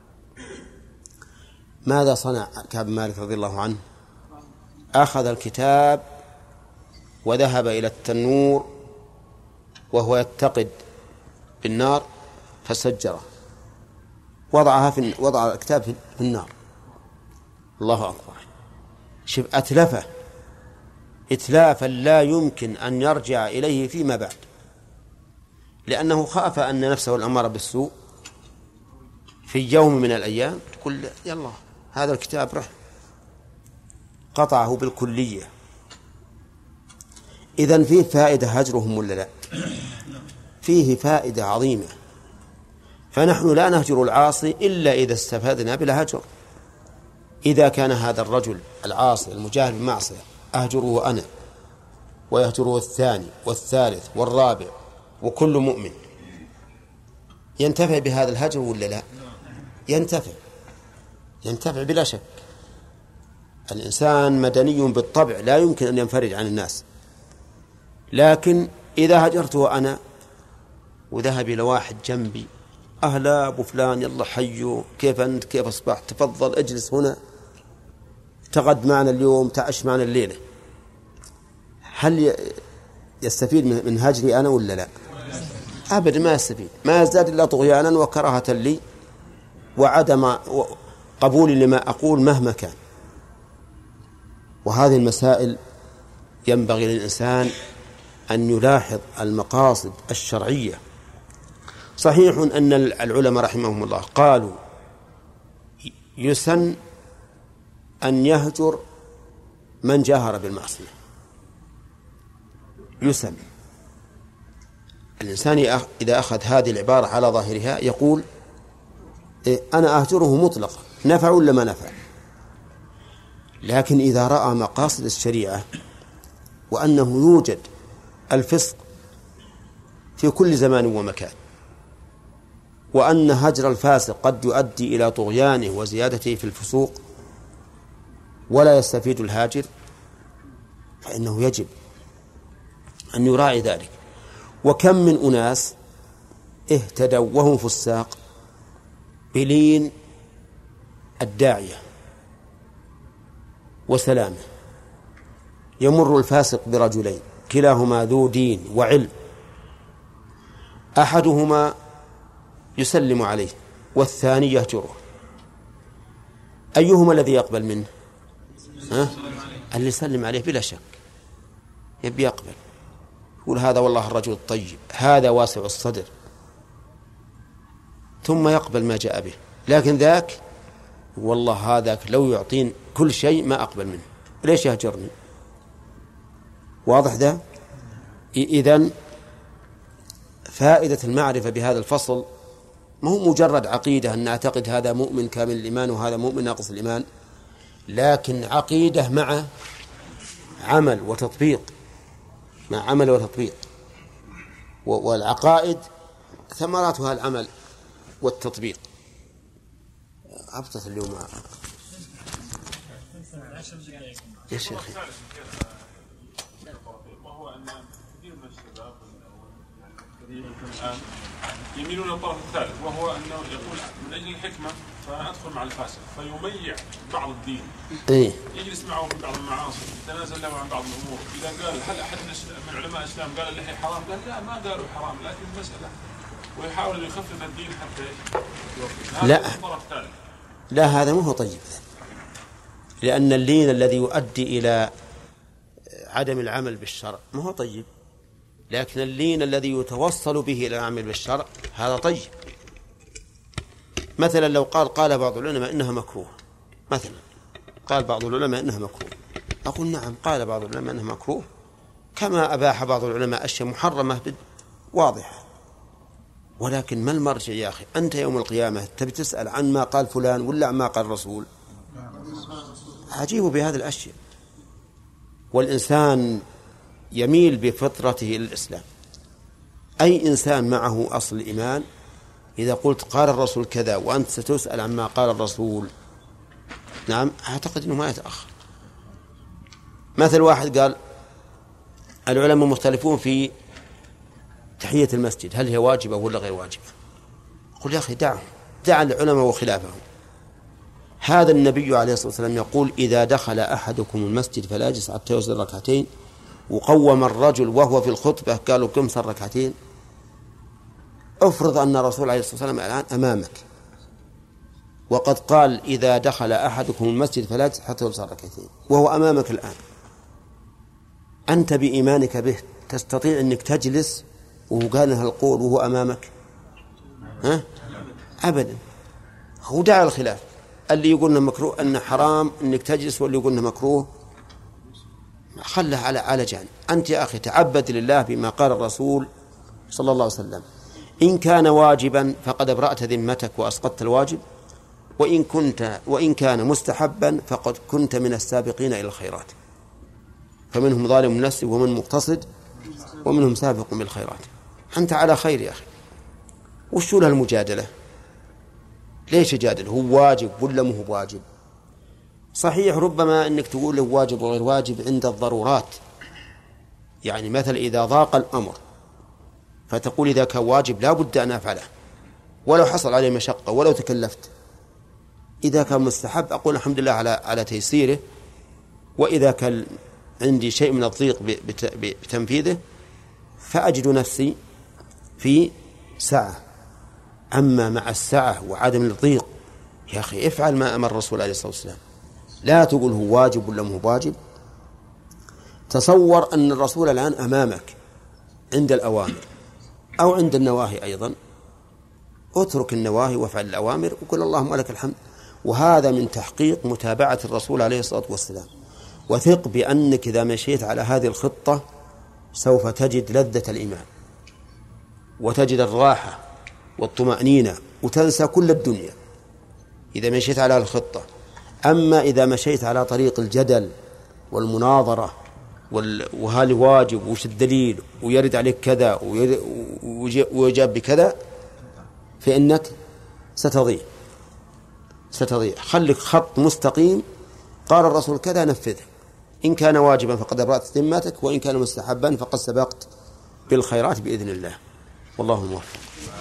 ماذا صنع كعب بن مالك رضي الله عنه؟ أخذ الكتاب وذهب إلى التنور وهو يتقد بالنار فسجره، وضع الكتاب في النار. الله أكبر. شوف أتلفه إتلافا لا يمكن أن يرجع إليه فيما بعد، لأنه خاف أن نفسه الأمارة بالسوء في يوم من الأيام تقول: يلا هذا الكتاب رح. قطعه بالكلية. إذن فيه فائدة هجرهم ولا لا؟ فيه فائدة عظيمة. فنحن لا نهجر العاصي إلا إذا استفادنا بلا هجر. إذا كان هذا الرجل العاصي المجاهر بالمعصية أهجره أنا ويهجره الثاني والثالث والرابع وكل مؤمن، ينتفع بهذا الهجر ولا لا؟ ينتفع بلا شك. الإنسان مدني بالطبع لا يمكن أن ينفرد عن الناس، لكن إذا هجرته أنا وذهب إلى واحد جنبي، أهلا أبو فلان، يلا حيو، كيف أنت، كيف أصبحت، تفضل اجلس هنا، تغد معنا اليوم، تعش معنا الليلة، هل يستفيد من هجري أنا ولا لا؟ أبدا ما يستفيد، ما يزداد إلا طغيانا وكراهة لي وعدم قبول لما أقول مهما كان. وهذه المسائل ينبغي للإنسان أن يلاحظ المقاصد الشرعية. صحيح أن العلماء رحمهم الله قالوا يسن أن يهجر من جاهر بالمعصية، يسن. الإنسان إذا أخذ هذه العبارة على ظاهرها يقول أنا أهجره مطلقا، نفع ولا ما نفع. لكن إذا رأى مقاصد الشريعة وأنه يوجد الفسق في كل زمان ومكان، وأن هجر الفاسق قد يؤدي إلى طغيانه وزيادته في الفسوق ولا يستفيد الهاجر، فإنه يجب أن يراعي ذلك. وكم من أناس اهتدوا وهم فساق بلين الداعية وسلامه. يمر الفاسق برجلين كلاهما ذو دين وعلم، أحدهما يسلم عليه والثاني يهجره، أيهما الذي يقبل منه؟ اللي يسلم عليه بلا شك يبي يقبل، يقول هذا والله الرجل الطيب، هذا واسع الصدر، ثم يقبل ما جاء به. لكن ذاك والله هذاك لو يعطين كل شيء ما أقبل منه، ليش يهجرني؟ واضح ذا؟ إذن فائدة المعرفة بهذا الفصل ما هو مجرد عقيدة أن نعتقد هذا مؤمن كامل الإيمان وهذا مؤمن ناقص الإيمان، لكن عقيدة مع عمل وتطبيق، مع عمل وتطبيق. والعقائد ثمراتها العمل والتطبيق. أبطت اليوم يا شيخ. وهو أن كثير من الشباب الآن يميلون للطرف الثالث، وهو أنه يقول من أجل الحكمة فأدخل مع الفاسق فيميع بعض الدين، يجلس معه في بعض المعاصي، يتنازل له عن بعض الأمور. إذا قال هل أحد من علماء الإسلام قال اللحية حرام؟ قال لا، ما قالوا حرام، لكن المسألة ويحاول يخفف الدين حتى لا لا، هذا ما هو طيب، لأن اللين الذي يؤدي إلى عدم العمل بالشرع ما هو طيب، لكن اللين الذي يتوصل به إلى العمل بالشرع هذا طيب. مثلا لو قال بعض العلماء إنها مكروه، مثلا قال بعض العلماء إنها مكروه، أقول نعم، قال بعض العلماء إنها مكروه، كما أباح بعض العلماء أشياء محرمة واضحة. ولكن ما المرجع يا أخي؟ أنت يوم القيامة تبي تسأل عن ما قال فلان ولا عن ما قال الرسول؟ عجيب بهذه الأشياء. والإنسان يميل بفطرته إلى الإسلام. أي إنسان معه أصل الإيمان إذا قلت قال الرسول كذا وأنت ستسأل عما قال الرسول، نعم، أعتقد أنه ما يتأخر. مثل واحد قال العلماء مختلفون في تحية المسجد، هل هي واجبة ولا غير واجبة؟ قل يا أخي دع العلماء وخلافهم. هذا النبي عليه الصلاة والسلام يقول إذا دخل أحدكم المسجد فلا يجلس حتى يصلي ركعتين، وقوم الرجل وهو في الخطبة قالوا كم صار ركعتين. افرض أن الرسول عليه الصلاة والسلام الآن أمامك وقد قال إذا دخل أحدكم المسجد فلا يجلس حتى يصلي ركعتين، وهو أمامك الآن، أنت بإيمانك به تستطيع أنك تجلس وهو قال هالقول وهو أمامك؟ أبدا. هو داعي الخلاف، اللي يقول انه مكروه انه حرام انك تجلس، واللي يقول انه مكروه خله على جانب. انت يا اخي تعبد لله بما قال الرسول صلى الله عليه وسلم. ان كان واجبا فقد ابرأت ذمتك واسقطت الواجب، وإن كان مستحبا فقد كنت من السابقين إلى الخيرات، فمنهم ظالم لنفسه ومن مقتصد ومنهم سابق بالخيرات. أنت على خير يا أخي، وشو له المجادلة؟ ليش جادل؟ هو واجب ولا مو هو واجب؟ صحيح ربما أنك تقول له واجب وغير واجب عند الضرورات، يعني مثل إذا ضاق الأمر فتقول إذا كان واجب لا بد أن أفعله ولو حصل عليه مشقة ولو تكلفت. إذا كان مستحب أقول الحمد لله على تيسيره، وإذا كان عندي شيء من الضيق بتنفيذه فأجد نفسي في سعة. أما مع السعة وعدم الضيق يا أخي افعل ما أمر الرسول عليه الصلاة والسلام، لا تقول هو واجب ولا مو واجب. تصور أن الرسول الآن أمامك عند الأوامر أو عند النواهي أيضا، اترك النواهي وافعل الأوامر وقل اللهم لك الحمد. وهذا من تحقيق متابعة الرسول عليه الصلاة والسلام. وثق بأنك إذا مشيت على هذه الخطة سوف تجد لذة الإيمان وتجد الراحة والطمأنينة وتنسى كل الدنيا إذا مشيت على الخطة. أما إذا مشيت على طريق الجدل والمناظرة وهل واجب وش الدليل ويرد عليك كذا ويجاب بكذا فإنك ستضيع. خلك خط مستقيم، قال الرسول كذا نفذه، إن كان واجبا فقد أبرأت ذمتك، وإن كان مستحبا فقد سبقت بالخيرات بإذن الله. والله موفق.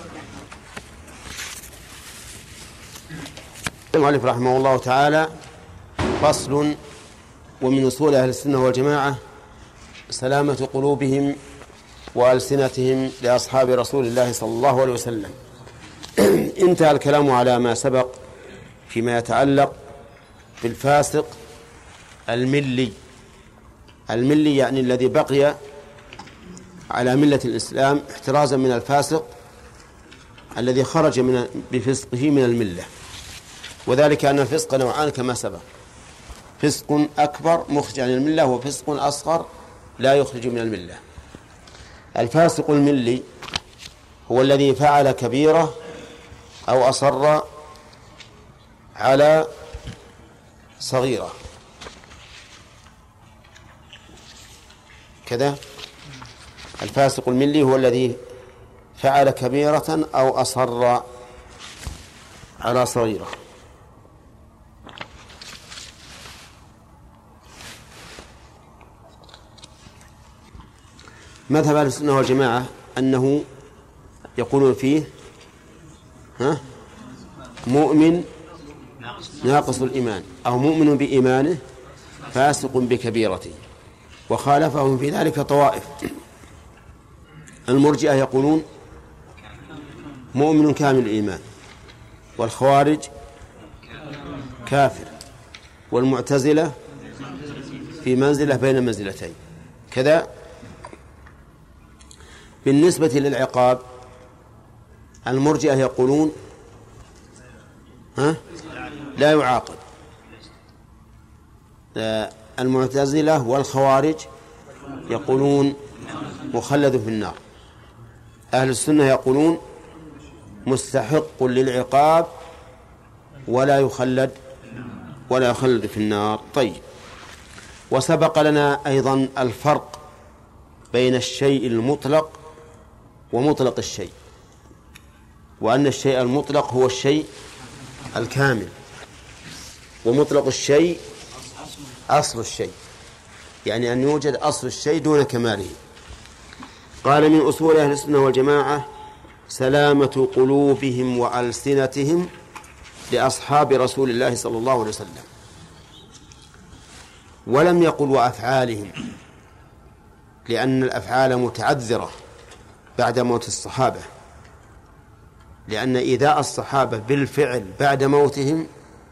المؤلف رحمه الله تعالى: فصل: ومن أصول أهل السنة والجماعة سلامة قلوبهم وألسنتهم لأصحاب رسول الله صلى الله عليه وسلم. انتهى الكلام على ما سبق فيما يتعلق بالفاسق الملي يعني الذي بقي على ملة الإسلام احترازا من الفاسق الذي خرج بفسقه من الملة. وذلك أن الفسق نوعان كما سبق: فسق أكبر مخرج عن الملة، وفسق أصغر لا يخرج من الملة. الفاسق الملي هو الذي فعل كبيرة أو أصر على صغيرة كذا. الفاسق الملي هو الذي فعل كبيرة أو أصر على صغيرة. مذهب أهل السنة والجماعة أنه يقولون فيه مؤمن ناقص الإيمان أو مؤمن بإيمانه فاسق بكبيرته. وخالفهم في ذلك طوائف. المرجئة يقولون مؤمن كامل الإيمان، والخوارج كافر، والمعتزلة في منزلة بين منزلتين كذا. بالنسبة للعقاب المرجئة يقولون لا يعاقب. المعتزلة والخوارج يقولون مخلد في النار. أهل السنة يقولون مستحق للعقاب ولا يخلد في النار. طيب، وسبق لنا أيضا الفرق بين الشيء المطلق ومطلق الشيء، وأن الشيء المطلق هو الشيء الكامل، ومطلق الشيء أصل الشيء، يعني أن يوجد أصل الشيء دون كماله. قال: من أصول أهل السنة والجماعة سلامة قلوبهم وألسنتهم لأصحاب رسول الله صلى الله عليه وسلم. ولم يقل وأفعالهم، لأن الأفعال متعذرة بعد موت الصحابة، لأن إيذاء الصحابة بالفعل بعد موتهم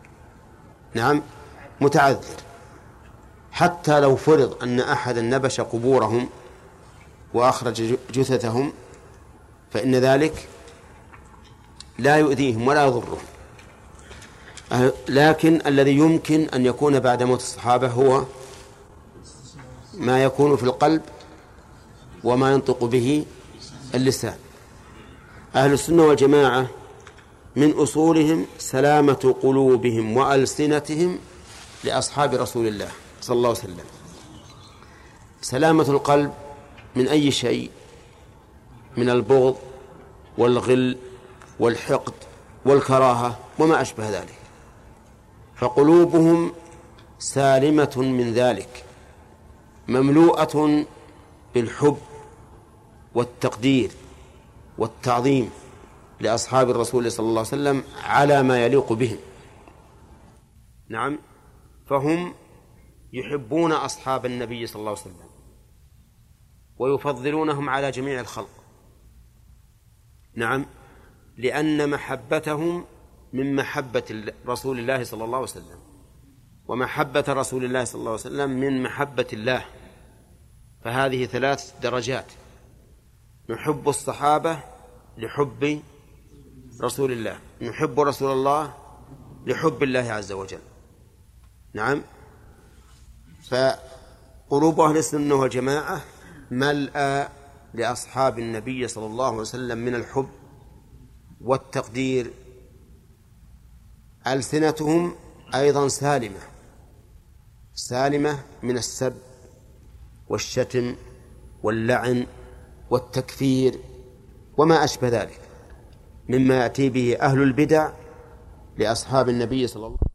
متعذر. حتى لو فرض أن أحدا نبش قبورهم وأخرج جثثهم فإن ذلك لا يؤذيهم ولا يضرهم. لكن الذي يمكن أن يكون بعد موت الصحابة هو ما يكون في القلب وما ينطق به اللسان. أهل السنة والجماعة من أصولهم سلامة قلوبهم وألسنتهم لأصحاب رسول الله صلى الله عليه وسلم. سلامة القلب من أي شيء؟ من البغض والغل والحقد والكراهة وما أشبه ذلك، فقلوبهم سالمة من ذلك، مملوءة بالحب والتقدير والتعظيم لأصحاب الرسول صلى الله عليه وسلم على ما يليق بهم. نعم، فهم يحبون أصحاب النبي صلى الله عليه وسلم ويفضلونهم على جميع الخلق. نعم، لأن محبتهم من محبة رسول الله صلى الله عليه وسلم، ومحبة رسول الله صلى الله عليه وسلم من محبة الله، فهذه 3 درجات: نحب الصحابة لحب رسول الله، نحب رسول الله لحب الله عز وجل. نعم، فقلوب أهل السنة والجماعة ملأى لأصحاب النبي صلى الله عليه وسلم من الحب والتقدير. ألسنتهم أيضا سالمة من السب والشتم واللعن والتكفير وما أشبه ذلك مما يأتي به أهل البدع لأصحاب النبي صلى الله عليه وسلم.